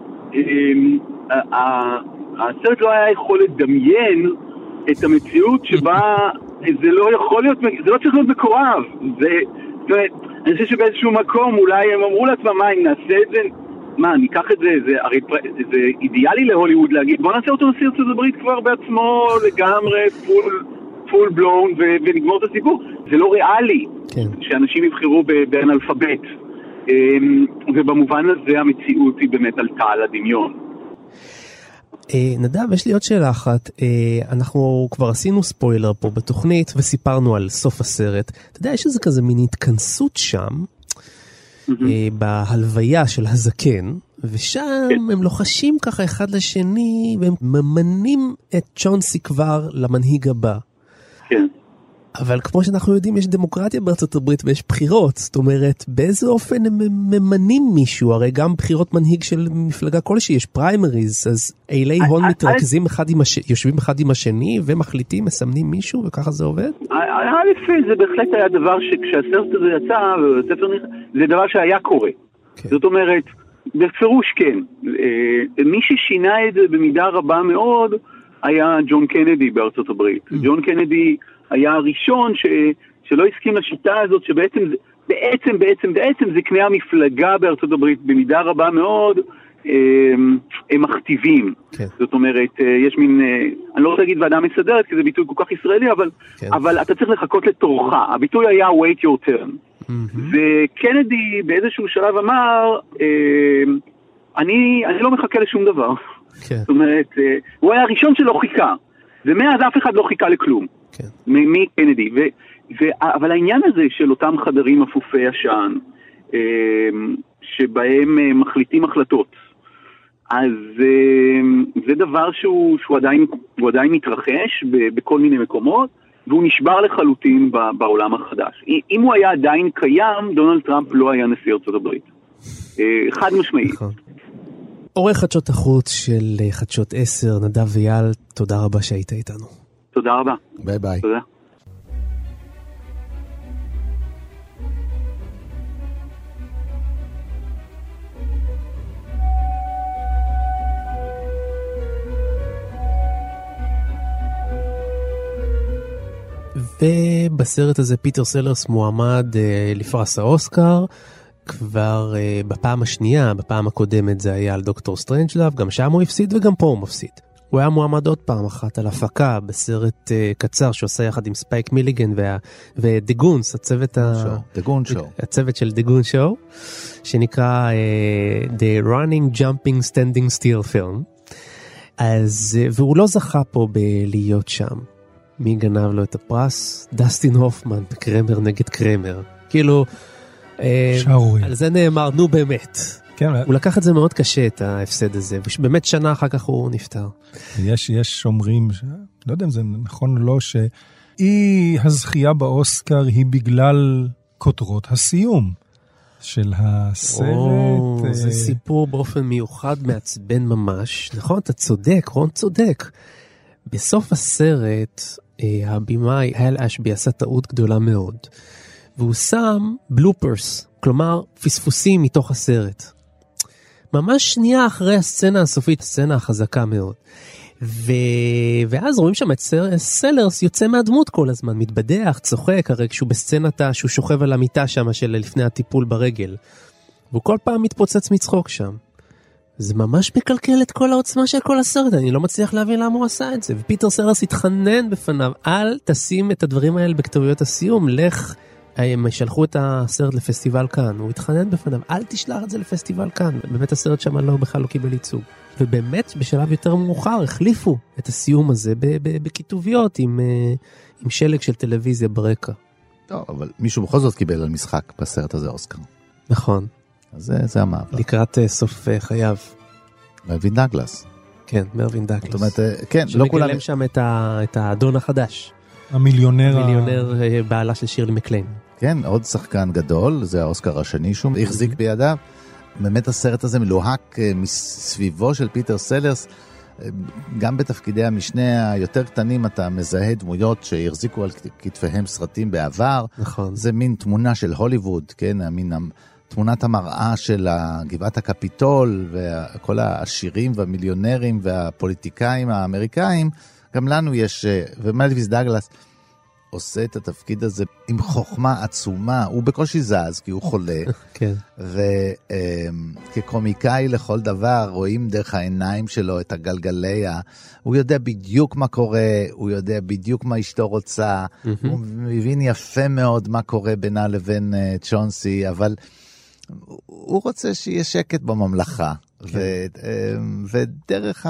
הסרט לא היה יכול לדמיין את המציאות שבה זה לא יכול להיות, זה לא צריך להיות מקורב. אני חושב שבאיזשהו מקום אולי הם אמרו לעצמם, מה, אם נעשה את זה, מה, ניקח את זה, זה אידיאלי להוליווד להגיד, בוא נעשה אותו נשיא ארצות הברית כבר בעצמו לגמרי, פול בלון, ונגמור את הסיפור. זה לא ריאלי שאנשים יבחרו באנאלפבית. ובמובן הזה המציאות היא באמת עלתה על הדמיון. נדב, יש לי עוד שאלה אחת. אנחנו כבר עשינו ספוילר פה בתוכנית וסיפרנו על סוף הסרט. אתה יודע, יש איזה כזה מין התכנסות שם בהלוויה של הזקן, ושם הם לוחשים ככה אחד לשני והם ממנים את צ'ונסי כבר למנהיג הבא. כן. אבל כמו שאנחנו יודעים, יש דמוקרטיה בארצות הברית ויש בחירות. זאת אומרת, באיזה אופן הם ממנים מישהו? הרי גם בחירות מנהיג של מפלגה כלשהי, יש פריימריז, אז אילי הון מתרכזים יושבים אחד עם השני ומחליטים, מסמנים מישהו, וככה זה עובד? זה בהחלט היה דבר שכשהסרט הזה יצא, זה דבר שהיה קורה. זאת אומרת, בפירוש כן. מי ששינה את זה במידה רבה מאוד היה ג'ון קנדי בארצות הברית. ג'ון קנדי היה הראשון שלא הסכים לשיטה הזאת, שבעצם זה כנראה המפלגה בארצות הברית במידה רבה מאוד, הם מכתיבים. זאת אומרת, יש מין, אני לא רוצה להגיד ועדה מסדרת, כי זה ביטוי כל כך ישראלי, אבל אתה צריך לחכות לתורך. הביטוי היה wait your turn. וקנדי באיזשהו שלב אמר, אני לא מחכה לשום דבר. זאת אומרת, הוא היה הראשון שלא חיכה, ומאז אף אחד לא חיכה לכלום. מקנדי. אבל העניין הזה של אותם חדרים אפופי עשן, שבהם מחליטים החלטות, אז זה דבר שהוא עדיין מתרחש בכל מיני מקומות, והוא נשבר לחלוטין בעולם החדש. אם הוא היה עדיין קיים, דונלד טראמפ לא היה נשיא ארצות הברית. חד משמעי. עורך חדשות החוץ של חדשות 10, נדב ויאל, תודה רבה שהיית איתנו. תודה רבה. ביי ביי. תודה. ובסרט הזה פיטר סלרס מועמד לפרס האוסקר כבר בפעם השנייה. בפעם הקודמת זה היה על דוקטור סטרנג'לאב, גם שם הוא הפסיד וגם פה הוא מפסיד. הוא היה מועמד עוד פעם אחת על הפקה בסרט קצר שעושה יחד עם ספייק מיליגן ודגונס, הצוות של דגון שואו, שנקרא The Running Jumping Standing Still Film. והוא לא זכה פה בלהיות שם. מי גנב לו את הפרס? דסטין הופמן, קרמר נגד קרמר. כאילו, על זה נאמר, נו באמת. הוא לקח את זה מאוד קשה, את ההפסד הזה, ובאמת שנה אחר כך הוא נפטר. יש אומרים, לא יודע אם זה נכון או לא, שאי הזכייה באוסקר היא בגלל כותרות הסיום של הסרט. זה סיפור באופן מיוחד מעצבן ממש. נכון, אתה צודק, רון צודק. בסוף הסרט, הבימאי הל אשבי עשה טעות גדולה מאוד, והוא שם בלופרס, כלומר פספוסים מתוך הסרט. ממש שנייה אחרי הסצנה הסופית, הסצנה החזקה מאוד. ואז רואים שם את סלרס יוצא מהדמות כל הזמן, מתבדח, צוחק, הרי כשהוא בסצנתה שהוא שוכב על המיטה שם של לפני הטיפול ברגל. והוא כל פעם מתפוצץ מצחוק שם. זה ממש מקלקל את כל העוצמה של כל הסרט, אני לא מצליח להבין למה הוא עשה את זה. ופיטר סלרס התחנן בפניו, אל תשים את הדברים האלה בכתוביות הסיום, לך, הם שלחו את הסרט לפסטיבל כאן, הוא התחנן בפניו, אל תשלח את זה לפסטיבל כאן. באמת הסרט שם בכלל לא קיבל ייצוג. ובאמת בשלב יותר מאוחר החליפו את הסיום הזה בכתוביות עם שלג של טלוויזיה ברקע. טוב, אבל מישהו בכל זאת קיבל על משחק בסרט הזה אוסקר. נכון. אז זה המעבר. לקראת סוף חייו. מרווין דאגלס. כן, מרווין דאגלס. זאת אומרת, כן, לא כולם... שמגלם שם את האדון החדש. המיליונר בעלה של שירלי מקליין. כן, עוד שחקן גדול, זה האוסקר השני שהוא החזיק בידיו. באמת הסרט הזה מלוהק מסביבו של פיטר סלרס, גם בתפקידי המשנה היותר קטנים אתה מזהה דמויות שהחזיקו על כתפיהם סרטים בעבר. נכון. זה מין תמונה של הוליווד, כן, מין תמונת המראה של גבעת הקפיטול וכל העשירים והמיליונרים והפוליטיקאים האמריקאים. גם לנו יש, ומלוויס דאגלס עושה את התפקיד הזה עם חוכמה עצומה, הוא בקושי זז כי הוא חולה, כן. וכקומיקאי לכל דבר רואים דרך העיניים שלו את הגלגלי, הוא יודע בדיוק מה קורה, הוא יודע בדיוק מה אשתו רוצה, הוא מבין יפה מאוד מה קורה בינה לבין צ'ונסי, אבל הוא רוצה שיהיה שקט בממלכה, ודרך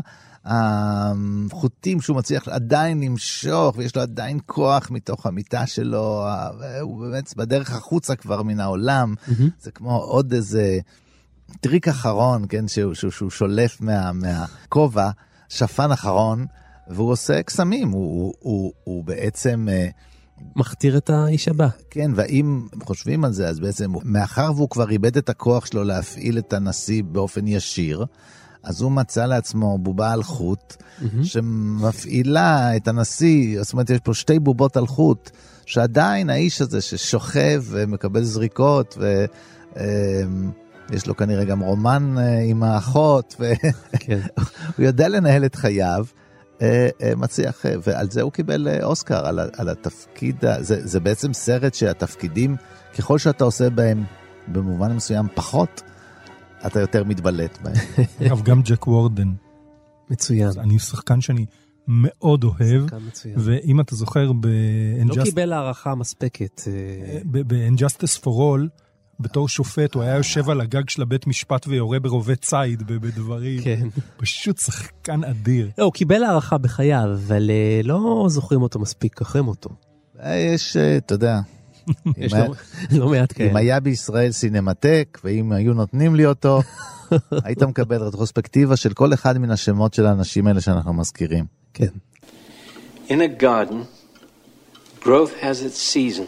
החוטים שהוא מצליח עדיין למשוך, ויש לו עדיין כוח מתוך המיטה שלו, הוא באמת בדרך החוצה כבר מן העולם, זה כמו עוד איזה טריק אחרון, כן, שהוא שולף מהכובע, שפן אחרון, והוא עושה קסמים, הוא בעצם... מכתיר את האיש הבא. כן, ואם חושבים על זה, אז בעצם, מאחר והוא כבר איבד את הכוח שלו להפעיל את הנשיא באופן ישיר, אז הוא מצא לעצמו בובה על חוט, שמפעילה את הנשיא, זאת אומרת, יש פה שתי בובות על חוט, שעדיין האיש הזה ששוכב ומקבל זריקות, יש לו כנראה גם רומן עם האחות, והוא יודע לנהל את חייו, מצליח, ועל זה הוא קיבל אוסקר, על התפקיד, זה בעצם סרט שהתפקידים, ככל שאתה עושה בהם במובן מסוים פחות, אתה יותר מתבלט בהם. אגב, גם ג'ק וורדן. מצוין. אני שחקן שאני מאוד אוהב, ואם אתה זוכר לא קיבל הערכה מספקת. ב-Injustice for All, בתור שופט, הוא היה יושב על הגג של הבית משפט ויורה ברובה ציד בדברים. כן. פשוט שחקן אדיר. לא, הוא קיבל הערכה בחייו, אבל לא זוכרים אותו מספיק כחם אותו. יש, אתה יודע, יש לא מעט כאלה. אם היה בישראל סינמטק, ואם היו נותנים לי אותו, היית מקבל רטרוספקטיבה של כל אחד מן השמות של האנשים האלה שאנחנו מזכירים. כן. In a garden, growth has its season.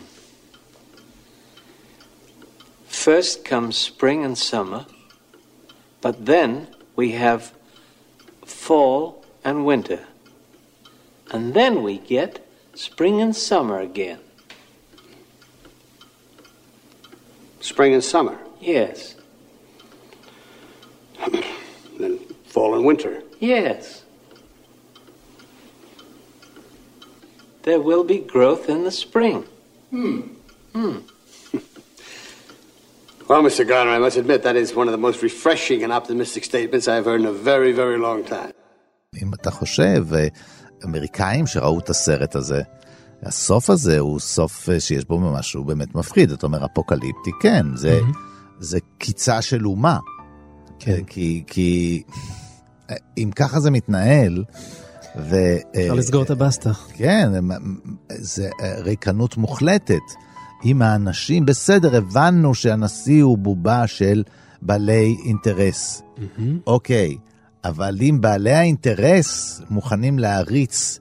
First comes spring and summer, but then we have fall and winter. And then we get spring and summer again. Spring and summer? Yes. Then fall and winter? Yes. There will be growth in the spring. Well, Mr. Garner, I must admit that is one of the most refreshing and optimistic statements I've heard in a very, very long time. אם אתה חושב, אמריקאים שראו את הסרט הזה, הסוף הזה הוא סוף שיש בו משהו באמת מפחיד. זאת אומרת, אפוקליפטי, כן, זה קיצה של אומה. כן. כי אם ככה זה מתנהל, אפשר לסגור את הבסטה. כן, זה ריקנות מוחלטת. עם האנשים, בסדר, הבנו שהנשיא הוא בובה של בעלי אינטרס. אוקיי, אבל אם בעלי האינטרס מוכנים להריץ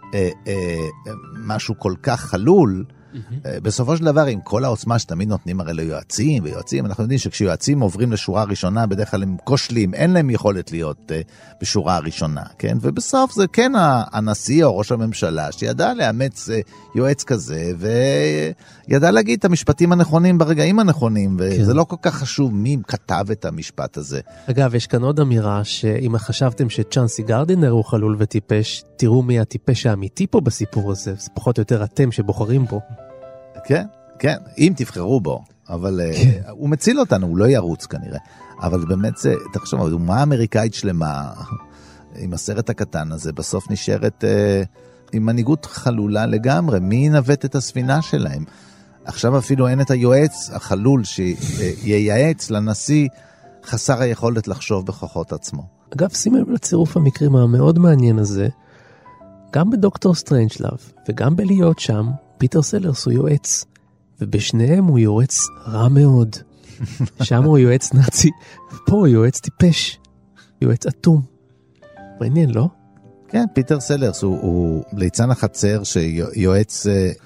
משהו כל כך חלול, בסופו של דבר, עם כל העוצמה שתמיד נותנים הרי ליועצים ויועצים, אנחנו יודעים שכשיועצים עוברים לשורה הראשונה, בדרך כלל הם כושלים, אין להם יכולת להיות בשורה הראשונה, כן? ובסוף זה כן הנשיא או ראש הממשלה, שידע לאמץ יועץ כזה, וידע להגיד את המשפטים הנכונים ברגעים הנכונים, וזה לא כל כך חשוב מי כתב את המשפט הזה. אגב, יש כאן עוד אמירה, שאם חשבתם שצ'אנסי גרדינר הוא חלול וטיפש, תראו מי הטיפש האמיתי פה בסיפור הזה, זה פחות או יותר אתם שבוחרים בו. כן, כן, אם תבחרו בו, אבל הוא מציל אותנו, הוא לא ירוץ כנראה, אבל באמת זה, תחשוב, אומה אמריקאית שלמה, עם הסרט הקטן הזה, בסוף נשארת עם מנהיגות חלולה לגמרי, מי ינווט את הספינה שלהם? עכשיו אפילו אין את היועץ החלול שייעץ לנשיא חסר היכולת לחשוב בכוחות עצמו. אגב, שימו לב לצירוף המקרים המאוד מעניין הזה, גם בדוקטור סטרנג'לאב וגם בלהיות שם, פיטר סלרס הוא יועץ, ובשניהם הוא יועץ רע מאוד. שם הוא יועץ נאצי, פה הוא יועץ טיפש, יועץ אטום. מעניין, לא? כן, פיטר סלרס הוא ליצן החצר שיועץ,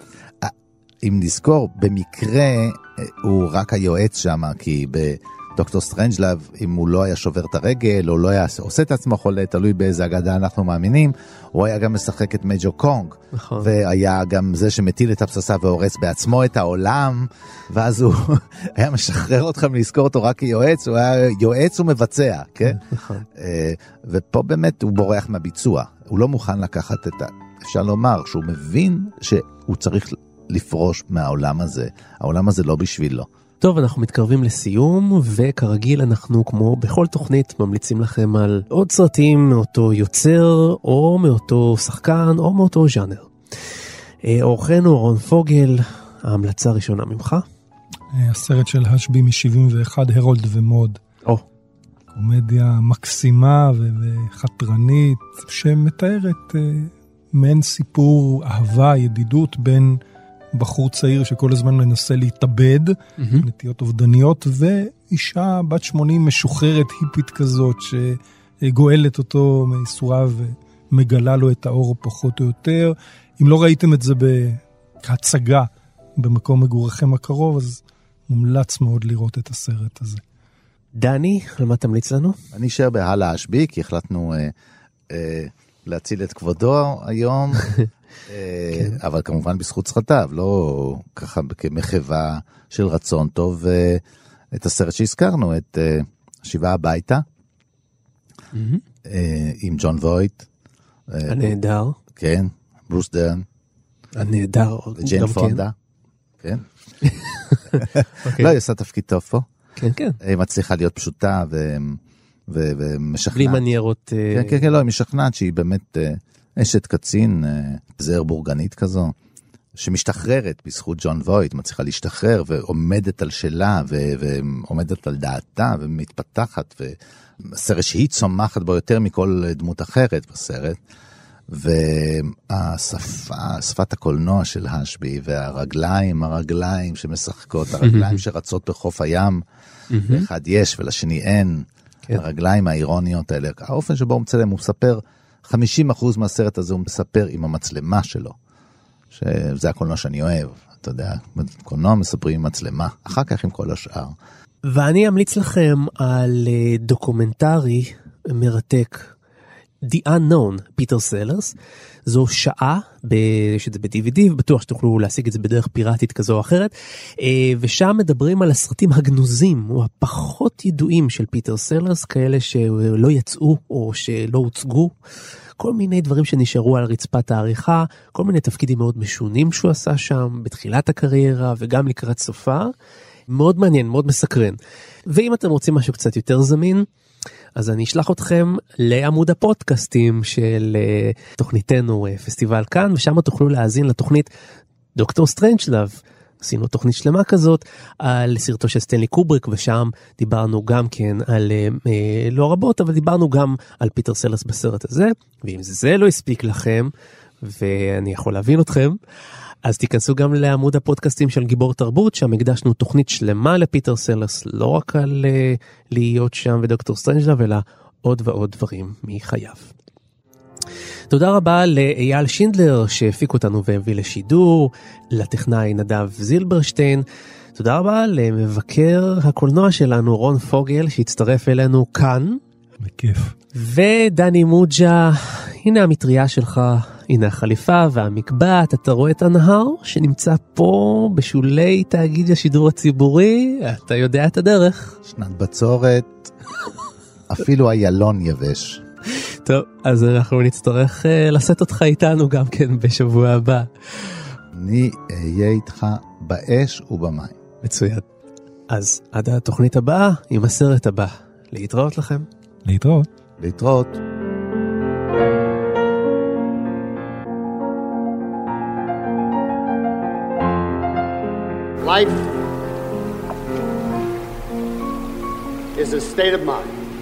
אם נזכור, במקרה הוא רק היועץ שם, כי בדוקטור סטרנג'לאב, אם הוא לא היה שובר את הרגל, או לא היה עושה את עצמו חולה, תלוי באיזה אגדה אנחנו מאמינים, הוא היה גם משחק את מייג'ור קונג, נכון. והיה גם זה שמטיל את הפצצה והורס בעצמו את העולם, ואז הוא היה משחרר אתכם לזכור אותו רק כיועץ, הוא היה יועץ ומבצע, כן? נכון. ופה באמת הוא בורח מהביצוע, הוא לא מוכן לקחת את אפשר לומר שהוא מבין שהוא צריך לפרוש מהעולם הזה, העולם הזה לא בשבילו. טוב, אנחנו מתקרבים לסיום, וכרגיל אנחנו, כמו בכל תוכנית, ממליצים לכם על עוד סרטים מאותו יוצר, או מאותו שחקן, או מאותו ז'אנר. אורחנו רון פוגל, ההמלצה הראשונה ממך? הסרט של השבי מ-71, הרולד ומוד. קומדיה מקסימה וחתרנית, שמתארת מעין סיפור אהבה, ידידות בין בחור צעיר שכל הזמן מנסה להתאבד, נטיות אובדניות, ואישה בת 80 משוחררת היפית כזאת, שגואלת אותו מייסוריו ומגלה לו את האור פחות או יותר. אם לא ראיתם את זה בהצגה במקום מגורכם הקרוב, אז מומלץ מאוד לראות את הסרט הזה. דני, על מה תמליץ לנו? אני אשאר בהלה השבי, כי החלטנו להציל את כבודו היום, אבל כמובן בזכות זכותיו, לא ככה כמחווה של רצון טוב. את הסרט שהזכרנו, את שיבה הביתה, עם ג'ון וויט. הנהדר. כן, ברוס דרן. הנהדר. ג'יין פונדה. כן. לא, היא עושה תפקיד טוב פה. כן, כן. היא מצליחה להיות פשוטה ומשכנעת. בלי מניירות. כן, כן, לא, היא משכנעת שהיא באמת אשת קצין, זר בורגנית כזו, שמשתחררת בזכות ג'ון וויט, מצליחה להשתחרר ועומדת על שלה ועומדת על דעתה ומתפתחת, סרט שהיא צומחת בו יותר מכל דמות אחרת בסרט, שפת הקולנוע של השבי, והרגליים שמשחקות, הרגליים שרצות בחוף הים, לאחד יש ולשני אין, הרגליים האירוניות האלה, האופן שבו הוא מצלם, הוא מספר, 50% מהסרט הזה הוא מספר עם המצלמה שלו, שזה הקולנוע שאני אוהב, אתה יודע, קולנוע מספרים עם מצלמה, אחר כך עם כל השאר. ואני אמליץ לכם על דוקומנטרי מרתק, The Unknown, פיטר סלרס. זו שעה, יש את זה ב-DVD, בטוח שתוכלו להשיג את זה בדרך פיראטית כזו או אחרת, ושם מדברים על הסרטים הגנוזים, או הפחות ידועים של פיטר סלרס, כאלה שלא יצאו או שלא הוצגו, כל מיני דברים שנשארו על רצפת העריכה, כל מיני תפקידים מאוד משונים שהוא עשה שם, בתחילת הקריירה וגם לקראת סופה, מאוד מעניין, מאוד מסקרן. ואם אתם רוצים משהו קצת יותר זמין, אז אני אשלח אתכם לעמוד הפודקאסטים של תוכניתנו פסטיבל כאן, ושם תוכלו להאזין לתוכנית דוקטור סטרנג'לאב. עשינו תוכנית שלמה כזאת על סרטו של סטנלי קובריק, ושם דיברנו גם כן על, לא רבות, אבל דיברנו גם על פיטר סלרס בסרט הזה, ואם זה לא הספיק לכם, ואני יכול להבין אתכם, אז תיכנסו גם לעמוד הפודקאסטים של גיבור תרבות, שם הקדשנו תוכנית שלמה לפיטר סלרס, לא רק על להיות שם ודוקטור סטרנג'לאב, אלא עוד ועוד דברים מחייו. תודה רבה לאייל שינדלר שהפיק אותנו והביא לשידור, לטכנאי נדב זילברשטיין, תודה רבה למבקר הקולנוע שלנו רון פוגל שהצטרף אלינו כאן. בכיף. ודני מוג'ה, הנה המטריה שלך, הנה החליפה והמקבט, אתה רואה את הנהר שנמצא פה בשולי תאגיד השידור הציבורי, אתה יודע את הדרך. שנת בצורת, אפילו איילון יבש. טוב, אז אנחנו נצטרך לשאת אותך איתנו גם כן בשבוע הבא. אני אהיה איתך באש ובמים. מצוין. אז עד התוכנית הבאה עם הסרט הבא. להתראות לכם. להתראות. להתראות. Life is a state of mind.